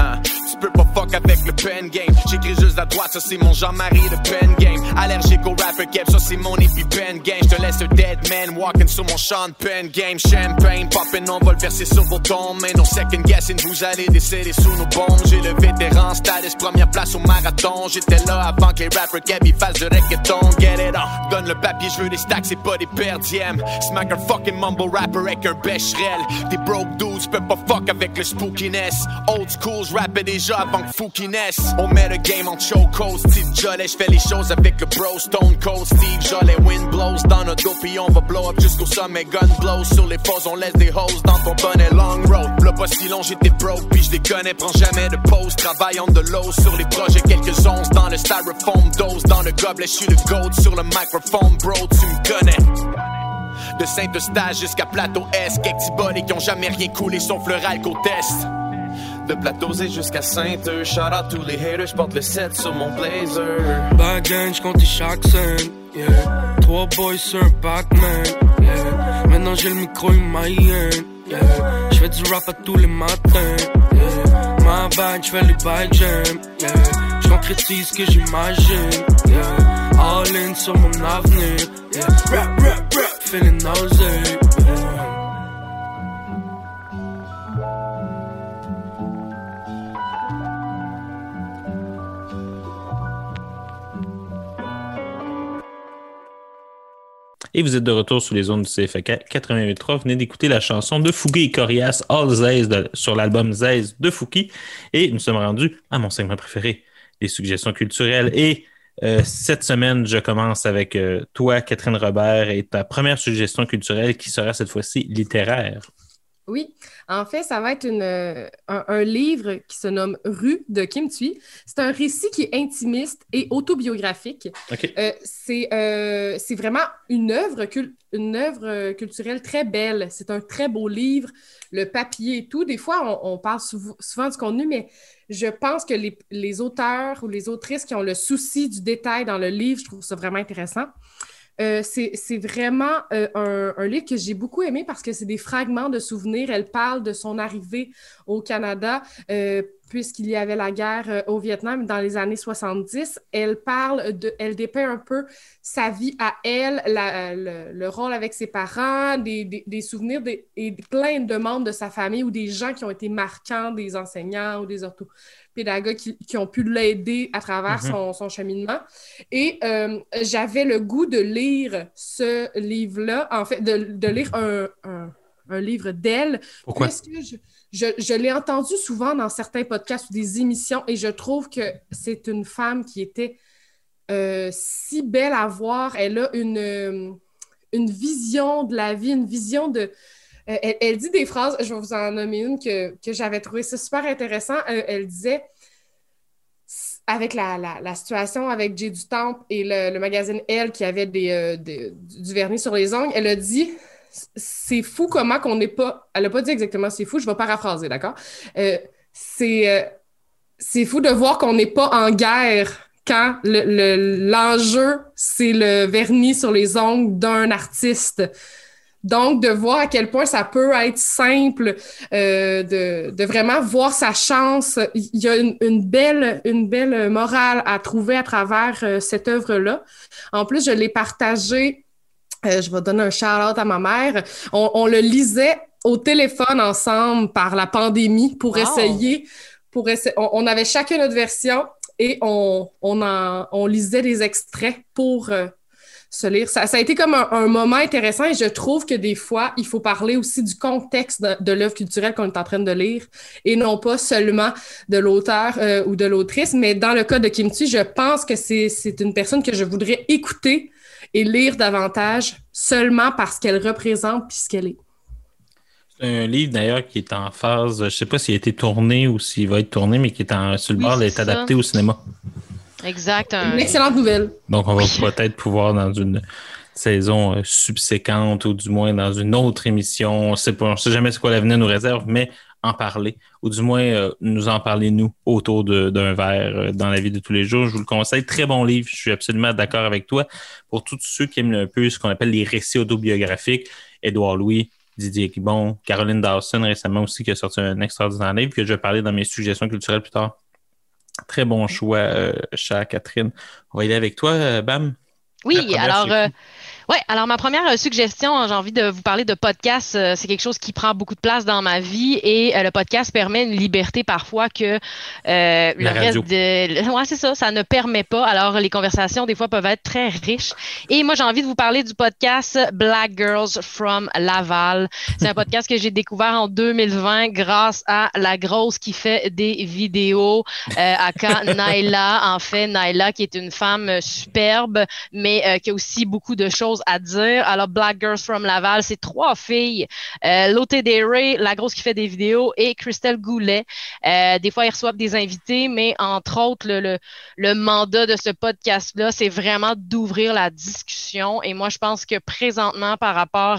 Tu peux pas fuck avec le pen game. J'écris juste à droite, ça c'est mon Jean-Marie de pen game. Allergique au rapper cap, ça c'est mon EpiPen game. J'te laisse un dead man walking sur mon Sean Penn game. Champagne poppin', on va le verser sur vos tombes. Mais non second guessing, vous allez décéder sous nos bombes. J'ai le vétéran status, première place au marathon. J'étais là avant que les rappers cap ils fassent du reggaeton. Get it on, donne le papier, je veux des stacks, c'est pas des perdièmes. Smack un fucking mumble rapper avec un becherel. Des broke dudes, peux pas fuck avec le spookiness. Old school, j'rappais déjà avant que Fouki naisse. On met le game en choco, Steve Jollet. J'fais les choses avec le bro Stone Cold Steve Jollet. Wind blows dans notre dos pis on va blow up jusqu'au sommet. Gun blows sur les fosses, on laisse des hoes dans ton bonnet long road. Là pas si long j'étais broke pis j'déconnais. Prends jamais de pause, travaille on de l'eau sur les projets. Quelques onces dans le styrofoam, dose dans le gobelet. J'suis le gold sur le microphone, bro tu me connais. De Saint-Eustache jusqu'à Plateau S. Quelques petits bonnets qui ont jamais rien coulé sauf le alco-test. De Plateauzé jusqu'à Sainte-Eustache. Shout out tous les haters, j'porte le 7 sur mon blazer. Bagan, j'comptais chaque scène, yeah. 3 boys sur un Pac-Man, yeah. Maintenant j'ai le micro et ma hyène, yeah. J'fais du rap à tous les matins, yeah. Ma bad, j'fais les bike jam, yeah. J'concrétise ce que j'imagine, yeah. All in sur mon avenir, yeah. Rap, rap, rap, feeling nausée, yeah. Et vous êtes de retour sur les ondes du CFAK 88.3. Vous venez d'écouter la chanson de Fouki et Corias, All Zez, sur l'album Zez de Fouki. Et nous sommes rendus à mon segment préféré, les suggestions culturelles. Et cette semaine, je commence avec toi, Catherine Robert, et ta première suggestion culturelle qui sera cette fois-ci littéraire. Oui, en fait, ça va être un livre qui se nomme Rue de Kim Thuy. C'est un récit qui est intimiste et autobiographique. Okay. C'est vraiment une œuvre culturelle très belle. C'est un très beau livre, le papier et tout. Des fois, on parle souvent du contenu, mais je pense que les auteurs ou les autrices qui ont le souci du détail dans le livre, je trouve ça vraiment intéressant. C'est vraiment un livre que j'ai beaucoup aimé parce que c'est des fragments de souvenirs. Elle parle de son arrivée au Canada puisqu'il y avait la guerre au Vietnam dans les années 70. Elle dépeint un peu sa vie à elle, le rôle avec ses parents, des souvenirs et plein de membres de sa famille ou des gens qui ont été marquants, des enseignants ou des pédagogues qui ont pu l'aider à travers son cheminement. Et j'avais le goût de lire ce livre-là, en fait, de lire un livre d'elle. Pourquoi? Parce que je l'ai entendu souvent dans certains podcasts ou des émissions et je trouve que c'est une femme qui était si belle à voir. Elle a une vision de la vie, une vision de... Elle dit des phrases, je vais vous en nommer une que j'avais trouvé ça super intéressant. Elle disait, avec la situation avec Jay du Temple et le magazine Elle qui avait du vernis sur les ongles, elle a dit, c'est fou comment qu'on n'est pas... Elle n'a pas dit exactement c'est fou, je vais paraphraser, d'accord? C'est fou de voir qu'on n'est pas en guerre quand l'enjeu, c'est le vernis sur les ongles d'un artiste. Donc, de voir à quel point ça peut être simple, de vraiment voir sa chance. Il y a une belle morale à trouver à travers cette œuvre-là. En plus, je l'ai partagée, je vais donner un shout-out à ma mère. On le lisait au téléphone ensemble par la pandémie pour essayer. On avait chacun notre version et on lisait des extraits pour... se lire. Ça a été comme un moment intéressant et je trouve que des fois, il faut parler aussi du contexte de l'œuvre culturelle qu'on est en train de lire et non pas seulement de l'auteur ou de l'autrice. Mais dans le cas de Kim Thuy, je pense que c'est une personne que je voudrais écouter et lire davantage seulement parce qu'elle représente puis ce qu'elle est. C'est un livre d'ailleurs qui est en phase, je ne sais pas s'il a été tourné ou s'il va être tourné, mais qui est sur le bord d'être adapté au cinéma. Exact. Une excellente nouvelle. Donc, on va peut-être pouvoir, dans une saison subséquente ou du moins dans une autre émission, on ne sait jamais ce quoi l'avenir nous réserve, mais en parler, ou du moins nous en parler, nous, autour d'un verre dans la vie de tous les jours. Je vous le conseille. Très bon livre. Je suis absolument d'accord avec toi. Pour tous ceux qui aiment un peu ce qu'on appelle les récits autobiographiques, Édouard Louis, Didier Guibon, Caroline Dawson récemment aussi qui a sorti un extraordinaire livre que je vais parler dans mes suggestions culturelles plus tard. Très bon choix, chère Catherine. On va y aller avec toi, Bam. Oui, alors ma première suggestion, j'ai envie de vous parler de podcast. C'est quelque chose qui prend beaucoup de place dans ma vie et le podcast permet une liberté parfois que le reste de... Ouais, c'est ça, ça ne permet pas. Alors, les conversations, des fois, peuvent être très riches. Et moi, j'ai envie de vous parler du podcast Black Girls from Laval. C'est un podcast que j'ai découvert en 2020 grâce à la grosse qui fait des vidéos, aka Naila. En fait, Naila, qui est une femme superbe, mais qui a aussi beaucoup de choses à dire. Alors, Black Girls from Laval, c'est 3 filles. Lotte Day-Ray, la grosse qui fait des vidéos, et Christelle Goulet. Des fois, ils reçoivent des invités, mais entre autres, le mandat de ce podcast-là, c'est vraiment d'ouvrir la discussion. Et moi, je pense que présentement, par rapport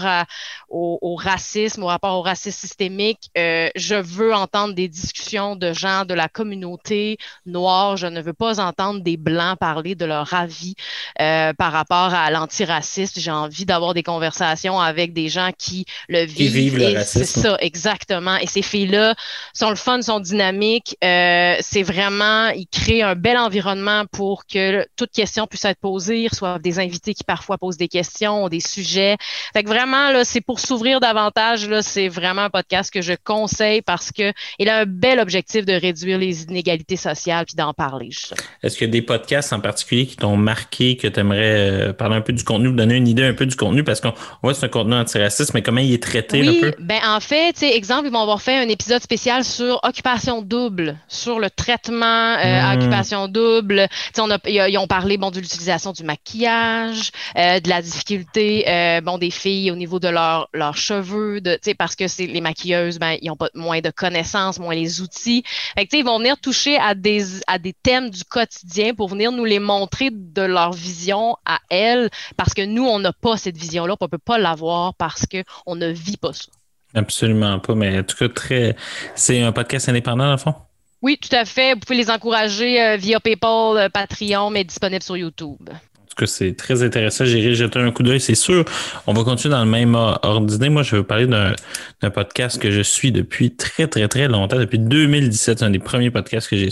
au racisme, au rapport au racisme systémique, je veux entendre des discussions de gens de la communauté noire. Je ne veux pas entendre des Blancs parler de leur avis par rapport à l'antiracisme. J'ai envie d'avoir des conversations avec des gens qui le vivent. Le racisme. C'est ça, exactement. Et ces filles-là sont le fun, sont dynamiques. C'est vraiment, ils créent un bel environnement pour que toute question puisse être posée. Ils reçoivent des invités qui parfois posent des questions, des sujets. Fait que vraiment, là, c'est pour s'ouvrir davantage. Là, c'est vraiment un podcast que je conseille parce que il a un bel objectif de réduire les inégalités sociales puis d'en parler. Est-ce qu'il y a des podcasts en particulier qui t'ont marqué, que tu aimerais parler un peu du contenu, donner donner une idée un peu du contenu parce qu'on voit que c'est un contenu antiraciste, mais comment il est traité un peu? Ben en fait, tu sais, exemple, ils vont avoir fait un épisode spécial sur occupation double, sur le traitement à occupation double. Tu sais, ils ont parlé de l'utilisation du maquillage, de la difficulté des filles au niveau de leurs cheveux, tu sais, parce que c'est les maquilleuses, ils ont pas moins de connaissances, moins les outils. Fait que, tu sais, ils vont venir toucher à des thèmes du quotidien pour venir nous les montrer de leur vision à elles, parce que nous, on n'a pas cette vision-là, on ne peut pas l'avoir parce qu'on ne vit pas ça. Tout pas, mais en tout cas, c'est un podcast indépendant, dans le fond? Oui, tout à fait. Vous pouvez les encourager via PayPal, Patreon, mais disponible sur YouTube. En tout cas, c'est très intéressant. J'irai jeter un coup d'œil, c'est sûr. On va continuer dans le même ordre d'idée. Moi, je veux parler d'un podcast que je suis depuis très, très, très longtemps. Depuis 2017, c'est un des premiers podcasts que j'ai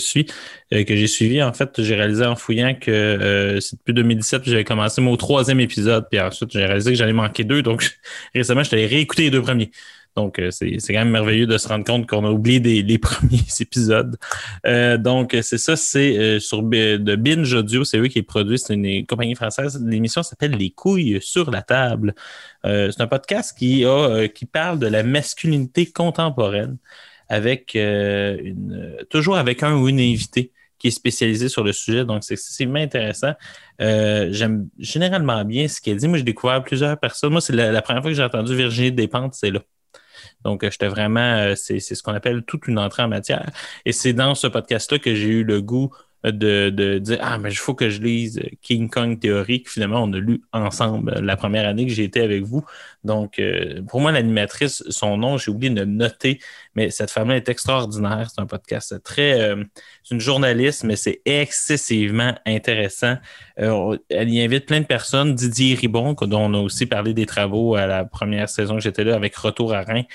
suivi. En fait, j'ai réalisé en fouillant que c'est depuis 2017 que j'avais commencé mon 3e épisode. Puis ensuite, j'ai réalisé que j'allais manquer 2. Donc, récemment, je t'allais réécouter les 2 premiers. Donc, c'est quand même merveilleux de se rendre compte qu'on a oublié les premiers épisodes. Donc, c'est ça, c'est sur de Binge Audio, c'est eux qui produisent, c'est une compagnie française. L'émission s'appelle Les couilles sur la table. C'est un podcast qui parle de la masculinité contemporaine avec toujours avec un ou une invitée qui est spécialisée sur le sujet. Donc, c'est excessivement intéressant. J'aime généralement bien ce qu'elle dit. Moi, j'ai découvert plusieurs personnes. Moi, c'est la première fois que j'ai entendu Virginie Despentes, c'est là. Donc, j'étais vraiment, c'est ce qu'on appelle toute une entrée en matière. Et c'est dans ce podcast-là que j'ai eu le goût de dire « Ah, mais il faut que je lise King Kong Theory », que finalement, on a lu ensemble la première année que j'ai été avec vous. Donc, pour moi, l'animatrice, son nom, j'ai oublié de le noter, mais cette femme-là est extraordinaire. C'est un podcast c'est une journaliste, mais c'est excessivement intéressant. Elle y invite plein de personnes. Didier Ribon, dont on a aussi parlé des travaux à la première saison que j'étais là avec Retour à Reims,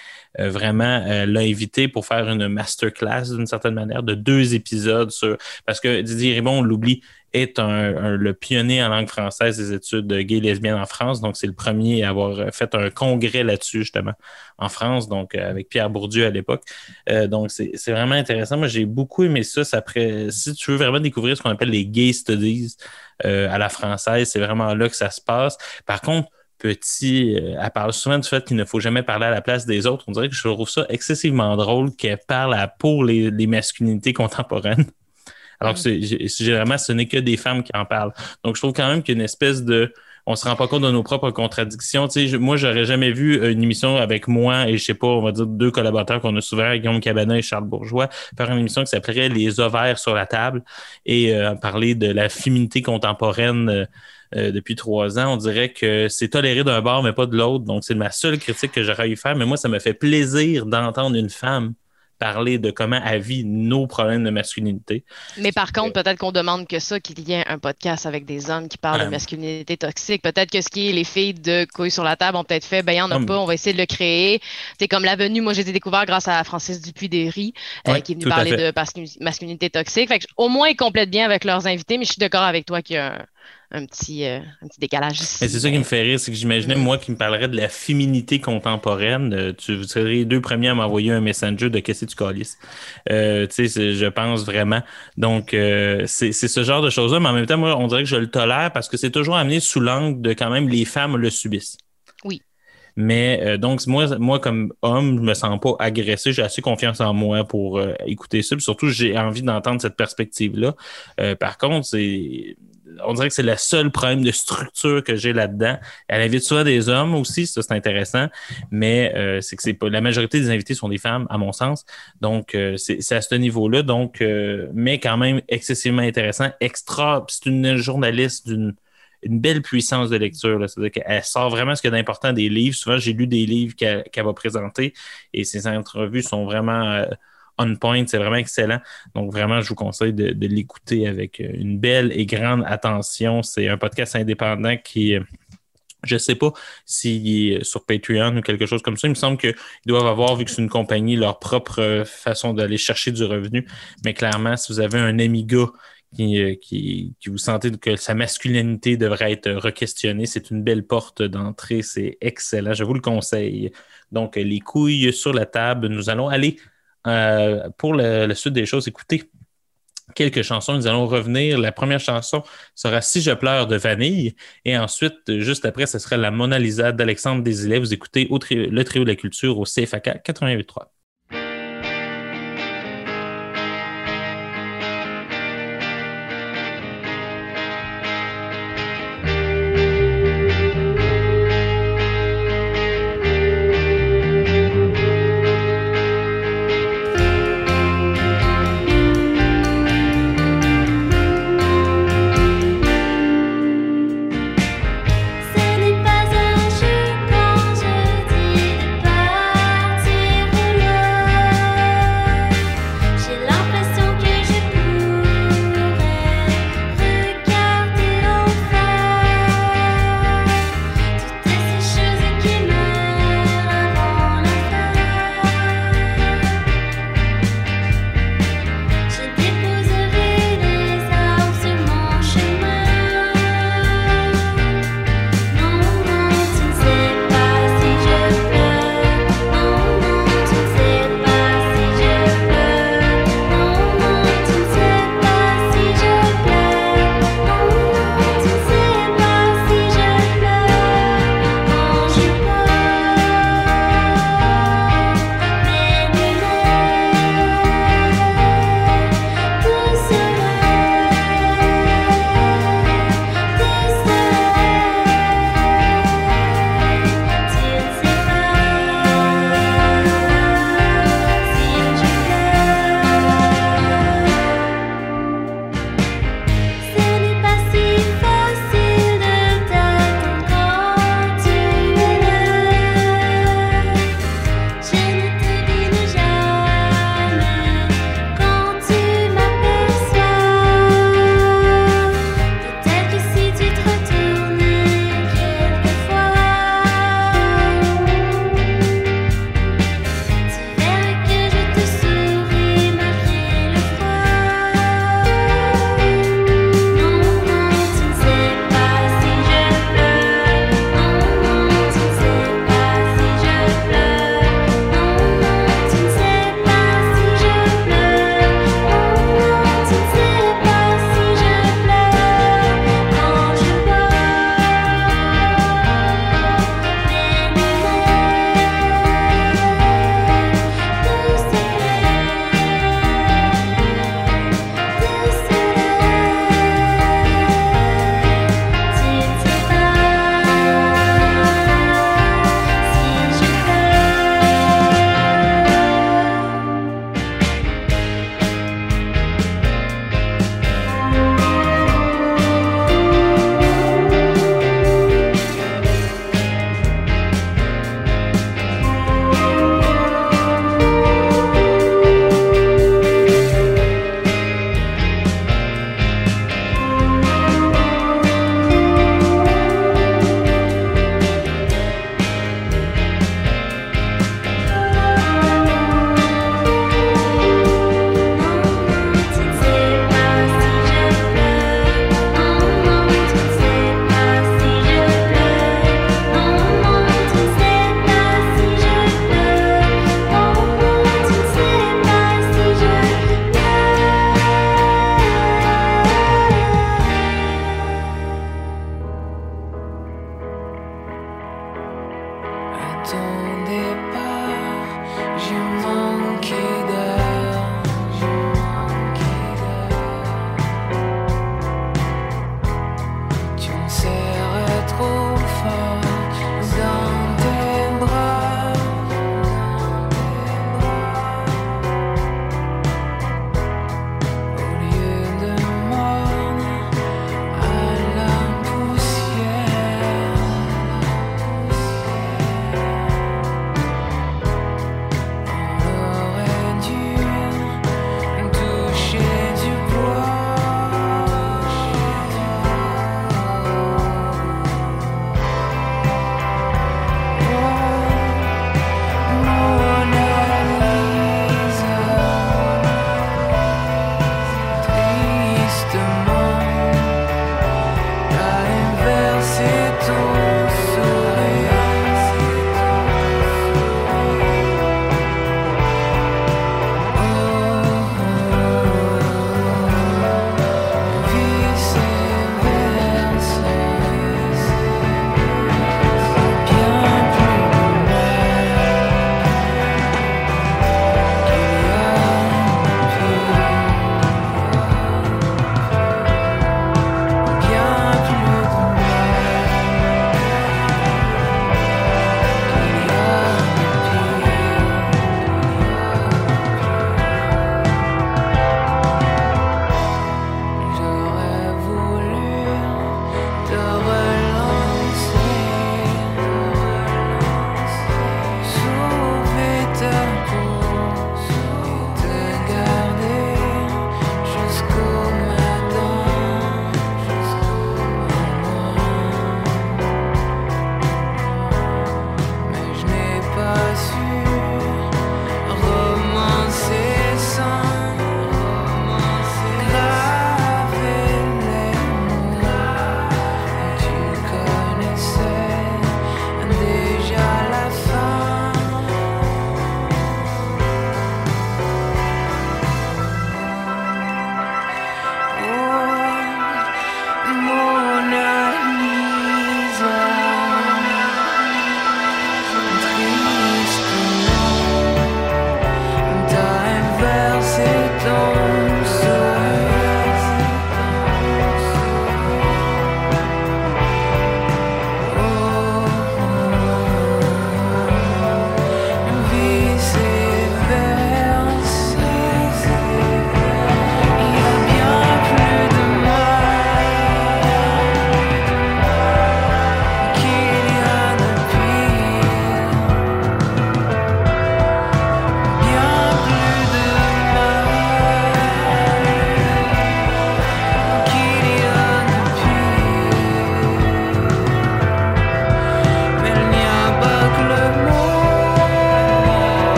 l'a invité pour faire une masterclass d'une certaine manière de 2 épisodes parce que Didier Ribon, on l'oublie, est le pionnier en langue française des études gay lesbiennes en France. Donc, c'est le premier à avoir fait un congrès là-dessus, justement, en France, donc avec Pierre Bourdieu à l'époque. Donc, c'est vraiment intéressant. Moi, j'ai beaucoup aimé ça. Si tu veux vraiment découvrir ce qu'on appelle les gay studies à la française, c'est vraiment là que ça se passe. Par contre, elle parle souvent du fait qu'il ne faut jamais parler à la place des autres. On dirait que je trouve ça excessivement drôle qu'elle parle pour les masculinités contemporaines. Alors que généralement, ce n'est que des femmes qui en parlent. Donc, je trouve quand même qu'il y a une espèce on se rend pas compte de nos propres contradictions. Tu sais, moi, j'aurais jamais vu une émission avec moi et je sais pas, on va dire 2 collaborateurs qu'on a souvent, Guillaume Cabana et Charles Bourgeois, faire une émission qui s'appellerait Les ovaires sur la table et parler de la féminité contemporaine depuis 3 ans. On dirait que c'est toléré d'un bord, mais pas de l'autre. Donc, c'est ma seule critique que j'aurais eu faire. Mais moi, ça me fait plaisir d'entendre une femme parler de comment elle vit nos problèmes de masculinité. Mais par contre, peut-être qu'on demande que ça, qu'il y ait un podcast avec des hommes qui parlent de masculinité toxique. Peut-être que ce qui est les filles de couilles sur la table ont peut-être fait, il n'y en a pas, on va essayer de le créer. C'est comme l'avenue, moi, j'ai découvert grâce à Francis Dupuis-Déry, qui est venu parler de masculinité toxique. Fait que, au moins, ils complètent bien avec leurs invités, mais je suis d'accord avec toi qu'il y a un petit décalage ici. Mais c'est ça qui me fait rire, c'est que j'imaginais, moi, qui me parlerait de la féminité contemporaine. Vous serez les 2 premiers à m'envoyer un messenger de qu'est-ce que tu calisses. Tu sais, je pense vraiment. Donc, c'est ce genre de choses-là, mais en même temps, moi, on dirait que je le tolère parce que c'est toujours amené sous l'angle de quand même les femmes le subissent. Oui. Mais donc, moi, comme homme, je me sens pas agressé. J'ai assez confiance en moi pour écouter ça. Puis surtout, j'ai envie d'entendre cette perspective-là. Par contre, on dirait que c'est le seul problème de structure que j'ai là-dedans. Elle invite souvent des hommes aussi, ça c'est intéressant, mais c'est que la majorité des invités sont des femmes, à mon sens. Donc, c'est à ce niveau-là. Donc, mais quand même excessivement intéressant. C'est une journaliste d'une belle puissance de lecture. Là. C'est-à-dire qu'elle sort vraiment ce qu'il y a d'important des livres. Souvent, j'ai lu des livres qu'elle va présenter et ses entrevues sont vraiment on point. C'est vraiment excellent. Donc, vraiment, je vous conseille de l'écouter avec une belle et grande attention. C'est un podcast indépendant qui... Je ne sais pas s'il est sur Patreon ou quelque chose comme ça. Il me semble qu'ils doivent avoir, vu que c'est une compagnie, leur propre façon d'aller chercher du revenu. Mais clairement, si vous avez un ami gars qui vous sentez que sa masculinité devrait être requestionnée, c'est une belle porte d'entrée. C'est excellent. Je vous le conseille. Donc, les couilles sur la table. Nous allons aller pour le suite des choses. Écoutez, quelques chansons. Nous allons revenir. La première chanson sera Si je pleure de Vanille. Et ensuite, juste après, ce sera la Mona Lisa d'Alexandre Desilets. Vous écoutez le trio de la culture au CFAK 88.3. Ce n'est pas un jeu quand je dis de partir.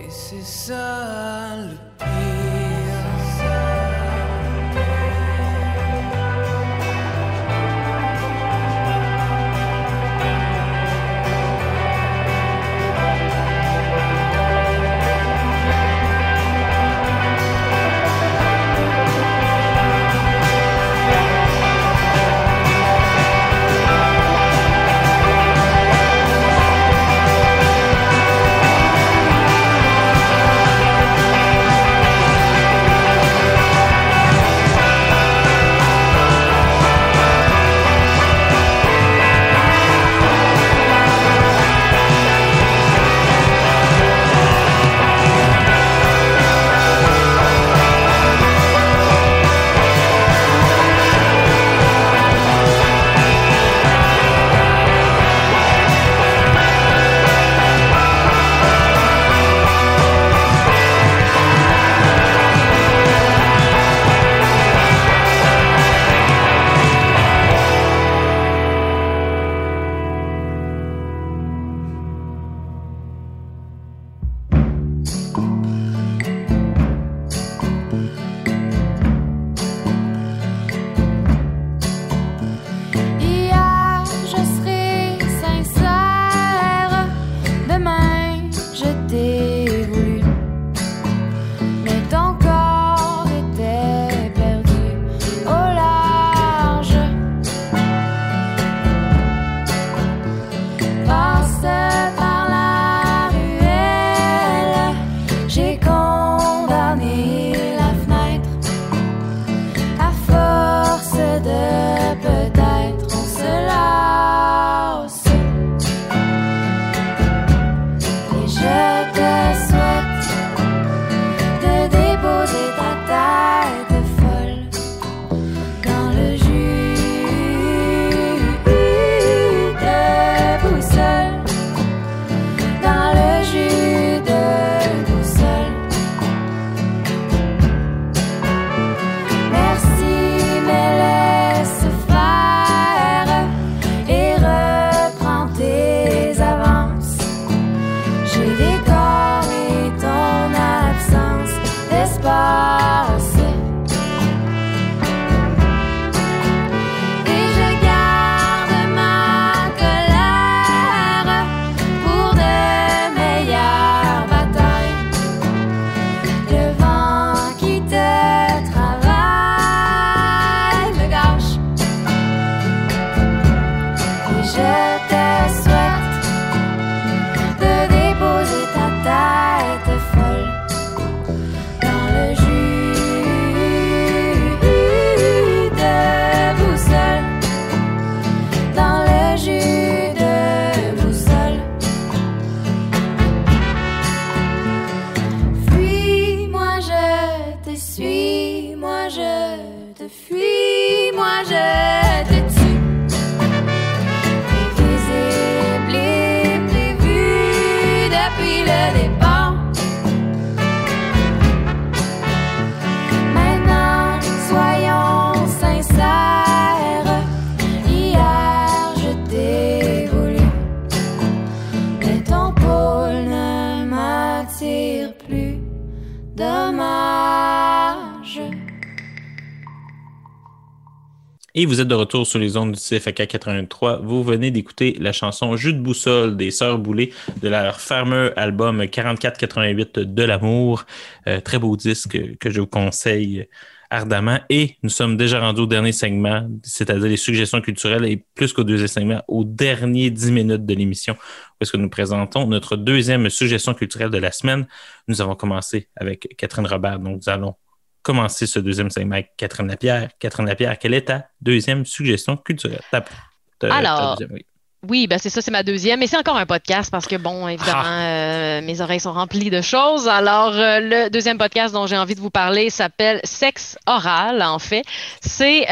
Et c'est ça le pire. Et vous êtes de retour sur les ondes du CFAK 83. Vous venez d'écouter la chanson Jus de boussole des Sœurs Boulay de leur fameux album 44-88 de l'amour. Très beau disque que je vous conseille ardemment. Et nous sommes déjà rendus au dernier segment, c'est-à-dire les suggestions culturelles et plus qu'au deuxième segment, aux derniers 10 minutes de l'émission où est-ce que nous présentons notre deuxième suggestion culturelle de la semaine. Nous avons commencé avec Catherine Robert, donc nous allons commencer ce deuxième segment avec Catherine Lapierre. Catherine Lapierre, quelle est ta deuxième suggestion culturelle? Alors, oui, ben c'est ça, c'est ma deuxième. Mais c'est encore un podcast parce que, bon, évidemment, mes oreilles sont remplies de choses. Alors, le deuxième podcast dont j'ai envie de vous parler s'appelle Sexe oral, en fait. C'est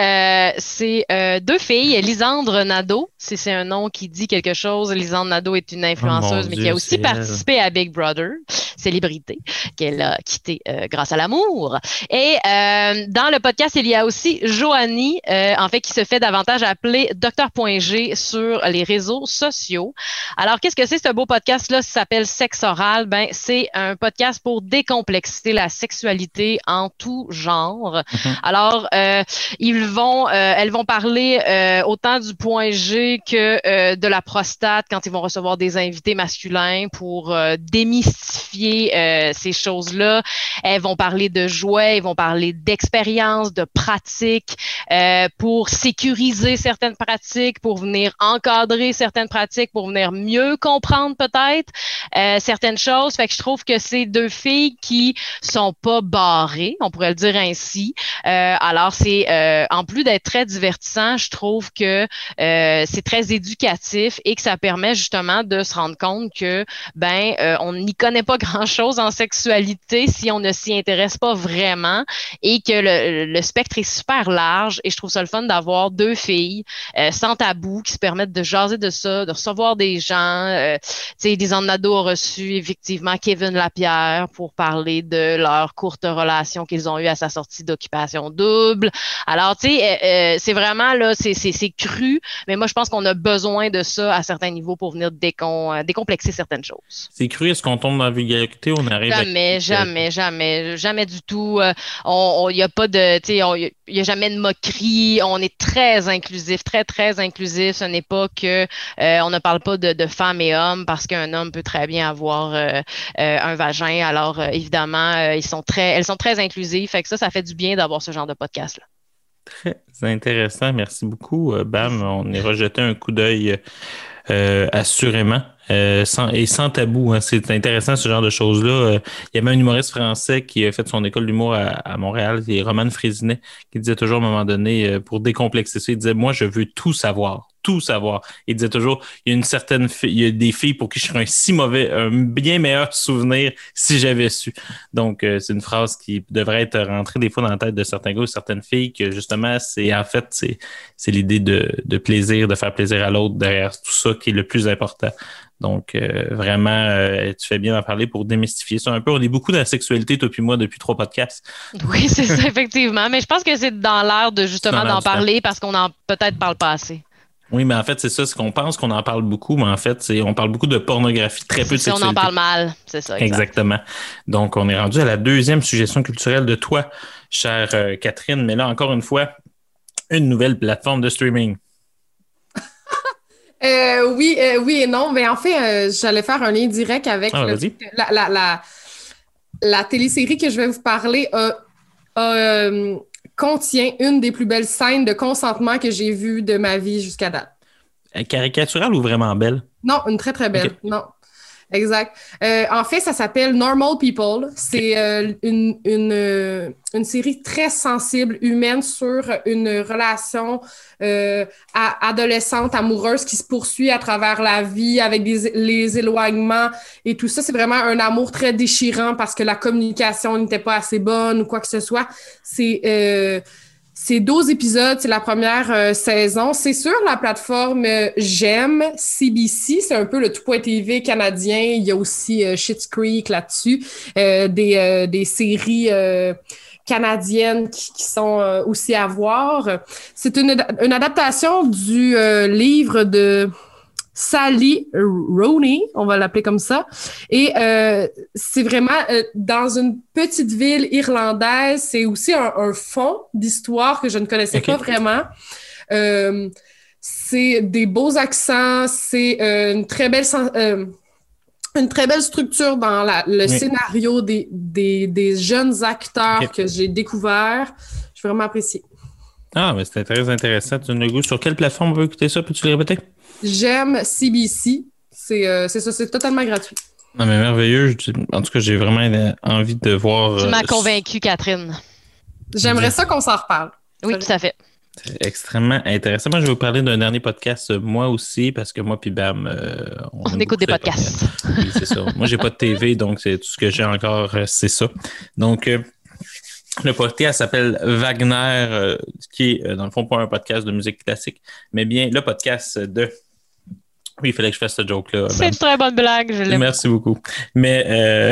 deux filles, Lisandre Nadeau, si c'est un nom qui dit quelque chose. Lisandre Nadeau est une influenceuse, mais qui a aussi participé à Big Brother, célébrité, qu'elle a quitté grâce à l'amour. Et dans le podcast, il y a aussi Joanie, en fait, qui se fait davantage appeler Dr.G sur les réseaux réseaux sociaux. Alors, qu'est-ce que c'est ce beau podcast-là? Ça s'appelle Sexe oral. Ben, c'est un podcast pour décomplexer la sexualité en tout genre. Alors, elles vont parler autant du point G que de la prostate quand ils vont recevoir des invités masculins pour démystifier ces choses-là. Elles vont parler de jouets, elles vont parler d'expériences, de pratiques, pour sécuriser certaines pratiques, pour venir encadrer certaines pratiques, pour venir mieux comprendre peut-être certaines choses. Fait que je trouve que c'est deux filles qui sont pas barrées, on pourrait le dire ainsi. Alors c'est en plus d'être très divertissant, je trouve que c'est très éducatif et que ça permet justement de se rendre compte que on n'y connaît pas grand-chose en sexualité si on ne s'y intéresse pas vraiment et que le spectre est super large et je trouve ça le fun d'avoir deux filles sans tabou qui se permettent de jaser de ça, de recevoir des gens. Des Emmnado ont reçu effectivement Kevin Lapierre pour parler de leur courte relation qu'ils ont eue à sa sortie d'Occupation Double. Alors, c'est vraiment là, c'est cru, mais moi je pense qu'on a besoin de ça à certains niveaux pour venir décomplexer certaines choses. C'est cru, est-ce qu'on tombe dans la vulgarité, on arrive Jamais du tout. Il y a pas de, il y a jamais de moquerie. On est très inclusif, très très inclusif. Ce n'est pas que on ne parle pas de femmes et hommes parce qu'un homme peut très bien avoir un vagin. Alors évidemment, elles sont très inclusives. Fait que ça fait du bien d'avoir ce genre de podcast là. Très intéressant, merci beaucoup. Bam, on ira jeter un coup d'œil assurément. Sans tabou, hein. C'est intéressant ce genre de choses-là. Il y avait un humoriste français qui a fait son école d'humour à Montréal, c'est Roman Frézinet, qui disait toujours à un moment donné, pour décomplexer ça, il disait « Moi, je veux tout savoir. » Tout savoir. Il disait toujours, il y a des filles pour qui je serais un bien meilleur souvenir si j'avais su. Donc, c'est une phrase qui devrait être rentrée des fois dans la tête de certains gars ou certaines filles que justement, c'est l'idée de plaisir, de faire plaisir à l'autre derrière tout ça qui est le plus important. Donc, vraiment, tu fais bien d'en parler pour démystifier ça un peu. On est beaucoup dans la sexualité, toi puis moi, depuis 3 podcasts. Oui, c'est ça, effectivement. Mais je pense que c'est dans l'air de justement d'en parler parce qu'on en peut-être parle pas assez. Oui, mais en fait, c'est ça, ce qu'on pense qu'on en parle beaucoup, mais en fait, on parle beaucoup de pornographie, très peu de sexualité. Si on en parle mal, c'est ça. Exactement. Donc, on est rendu à la 2e suggestion culturelle de toi, chère Catherine, mais là, encore une fois, une nouvelle plateforme de streaming. Oui et non, mais en fait, j'allais faire un lien direct avec la télésérie que je vais vous parler contient une des plus belles scènes de consentement que j'ai vues de ma vie jusqu'à date. Caricaturale ou vraiment belle? Non, une très, très belle. Okay. Non, exact. En fait, ça s'appelle Normal People. C'est une série très sensible, humaine, sur une relation adolescente, amoureuse qui se poursuit à travers la vie avec les éloignements et tout ça. C'est vraiment un amour très déchirant parce que la communication n'était pas assez bonne ou quoi que ce soit. C'est 12 épisodes, c'est la première saison. C'est sur la plateforme J'aime, CBC, c'est un peu le tout.tv canadien. Il y a aussi Schitt's Creek là-dessus, des séries canadiennes qui sont aussi à voir. C'est une adaptation du livre de Sally Rooney, on va l'appeler comme ça. Et c'est vraiment dans une petite ville irlandaise. C'est aussi un fond d'histoire que je ne connaissais pas vraiment. C'est des beaux accents, c'est une très belle structure dans le scénario des jeunes acteurs que j'ai découverts. J'ai vraiment apprécié. Ah, mais c'était très intéressant. Tu as le goût. Sur quelle plateforme on veut écouter ça? Peux-tu le répéter? J'aime CBC. C'est ça, c'est totalement gratuit. Non, mais merveilleux. En tout cas, j'ai vraiment envie de voir... Tu m'as convaincu, Catherine. J'aimerais ça qu'on s'en reparle. Oui, tout à fait. C'est extrêmement intéressant. Moi, je vais vous parler d'un dernier podcast, moi aussi, parce que moi puis Bam... on écoute des podcasts. Oui, c'est ça. Moi, j'ai pas de TV, donc c'est tout ce que j'ai encore, c'est ça. Donc... le podcast s'appelle Wagner, qui est, dans le fond, pas un podcast de musique classique, mais bien le podcast de Oui, il fallait que je fasse ce joke-là. C'est une très bonne blague, je l'aime. Merci beaucoup. Mais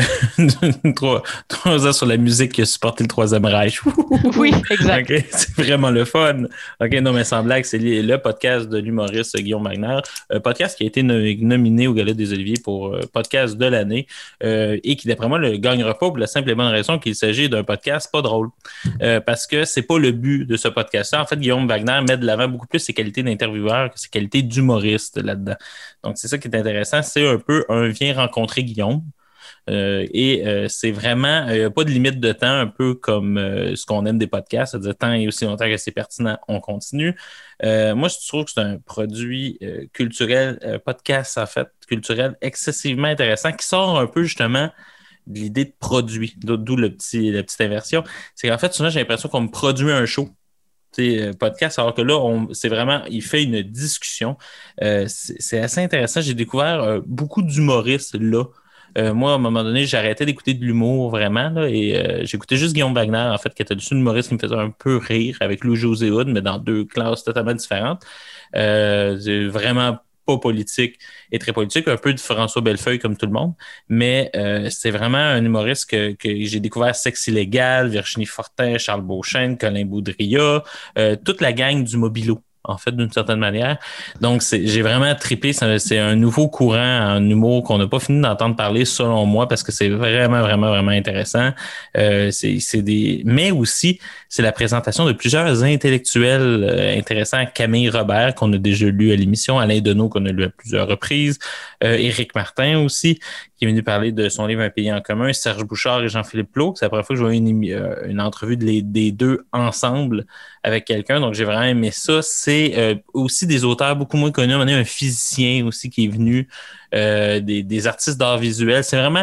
3 ans sur la musique qui a supporté le Troisième Reich. Oui, exact. Okay, c'est vraiment le fun. OK, non, mais sans blague, c'est le podcast de l'humoriste Guillaume Wagner. Un podcast qui a été nominé au Gala des Oliviers pour podcast de l'année et qui, d'après moi, ne le gagnera pas pour la simple et bonne raison qu'il s'agit d'un podcast pas drôle. Parce que c'est pas le but de ce podcast-là. En fait, Guillaume Wagner met de l'avant beaucoup plus ses qualités d'intervieweur que ses qualités d'humoriste là-dedans. Donc, c'est ça qui est intéressant. C'est un peu un viens rencontrer Guillaume. C'est vraiment, il n'y a pas de limite de temps, un peu comme ce qu'on aime des podcasts, c'est-à-dire tant et aussi longtemps que c'est pertinent, on continue. Moi, je trouve que c'est un produit culturel, podcast en fait, culturel excessivement intéressant qui sort un peu justement de l'idée de produit, d'où la petite inversion. C'est qu'en fait, souvent, j'ai l'impression qu'on me produit un show. Podcast, alors que là, c'est vraiment, il fait une discussion. C'est assez intéressant. J'ai découvert beaucoup d'humoristes là. Moi, à un moment donné, j'ai arrêté d'écouter de l'humour vraiment là, et j'écoutais juste Guillaume Wagner, en fait, qui était juste un humoriste qui me faisait un peu rire avec Louis-José Hood, mais dans 2 classes totalement différentes. C'est vraiment pas politique et très politique, un peu de François Bellefeuille comme tout le monde, mais c'est vraiment un humoriste que j'ai découvert Sexe illégal, Virginie Fortin, Charles Beauchesne, Colin Boudria, toute la gang du Mobilo, en fait, d'une certaine manière. Donc, j'ai vraiment trippé. C'est un nouveau courant en humour qu'on n'a pas fini d'entendre parler, selon moi, parce que c'est vraiment, vraiment, vraiment intéressant. Mais aussi, c'est la présentation de plusieurs intellectuels intéressants. Camille Robert, qu'on a déjà lu à l'émission, Alain Deneau, qu'on a lu à plusieurs reprises, Éric Martin aussi, qui est venu parler de son livre Un pays en commun, Serge Bouchard et Jean-Philippe Plot. C'est la première fois que je vois une entrevue des deux ensemble avec quelqu'un. Donc, j'ai vraiment aimé ça. C'est aussi des auteurs beaucoup moins connus. On a un physicien aussi qui est venu, des artistes d'art visuel. C'est vraiment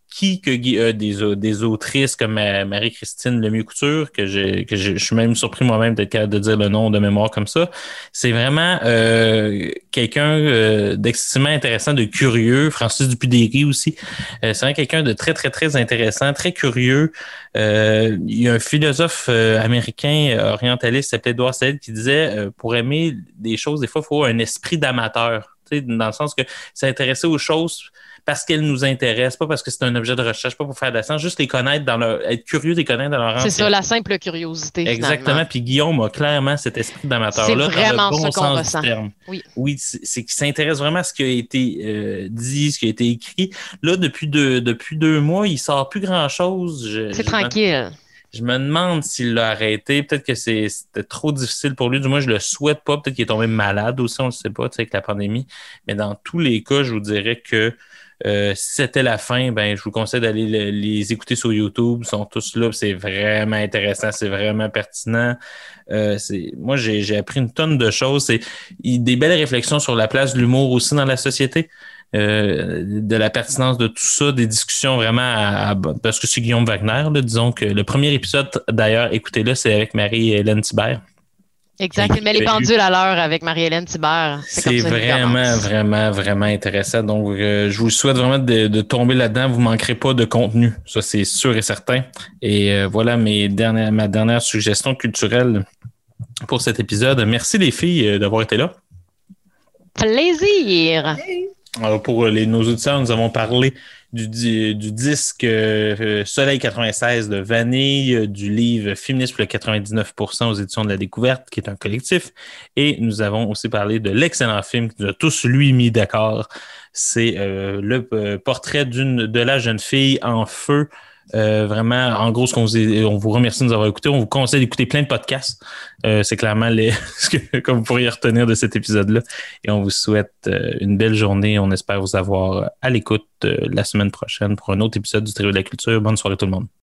des autrices comme Marie-Christine Lemieux-Couture, que je suis même surpris moi-même d'être capable de dire le nom de mémoire comme ça. C'est vraiment quelqu'un d'extrêmement intéressant, de curieux. Francis Dupudéry aussi. C'est vraiment quelqu'un de très, très, très intéressant, très curieux. Il y a un philosophe américain orientaliste qui s'appelait Edward Said qui disait pour aimer des choses, des fois, il faut un esprit d'amateur. Dans le sens que s'intéresser aux choses parce qu'elles nous intéressent, pas parce que c'est un objet de recherche, pas pour faire de la science, juste les connaître être curieux de les connaître dans leur entièreté. C'est ça, la simple curiosité. Exactement. Finalement. Puis Guillaume a clairement cet esprit d'amateur-là. C'est vraiment dans le bon ça qu'on sens ressent. du terme. Oui, c'est qu'il s'intéresse vraiment à ce qui a été dit, ce qui a été écrit. Là, depuis 2 mois, il sort plus grand-chose. C'est tranquille. Je me demande s'il l'a arrêté. Peut-être que c'était trop difficile pour lui. Du moins, je le souhaite pas. Peut-être qu'il est tombé malade aussi, on ne le sait pas, avec la pandémie. Mais dans tous les cas, je vous dirais que si c'était la fin, je vous conseille d'aller les écouter sur YouTube. Ils sont tous là. C'est vraiment intéressant. C'est vraiment pertinent. Moi, j'ai appris une tonne de choses. C'est des belles réflexions sur la place de l'humour aussi dans la société. De la pertinence de tout ça, des discussions vraiment parce que c'est Guillaume Wagner, là, disons que le premier épisode, d'ailleurs, écoutez-le, c'est avec Marie-Hélène Thibert. Exact, il met les pendules à l'heure avec Marie-Hélène Thibert. C'est vraiment, vraiment, vraiment intéressant. Donc, je vous souhaite vraiment de tomber là-dedans. Vous ne manquerez pas de contenu. Ça, c'est sûr et certain. Et voilà ma dernière suggestion culturelle pour cet épisode. Merci les filles d'avoir été là. Plaisir! Alors pour nos auditeurs, nous avons parlé du disque Soleil 96 de Vanille, du livre Féministe pour le 99% aux éditions de la Découverte, qui est un collectif. Et nous avons aussi parlé de l'excellent film qui nous a tous, mis d'accord. C'est le portrait de la jeune fille en feu. Vraiment, en gros, on vous remercie de nous avoir écoutés. On vous conseille d'écouter plein de podcasts. C'est clairement ce que vous pourriez retenir de cet épisode-là. Et on vous souhaite une belle journée. On espère vous avoir à l'écoute la semaine prochaine pour un autre épisode du Trio de la Culture. Bonne soirée tout le monde.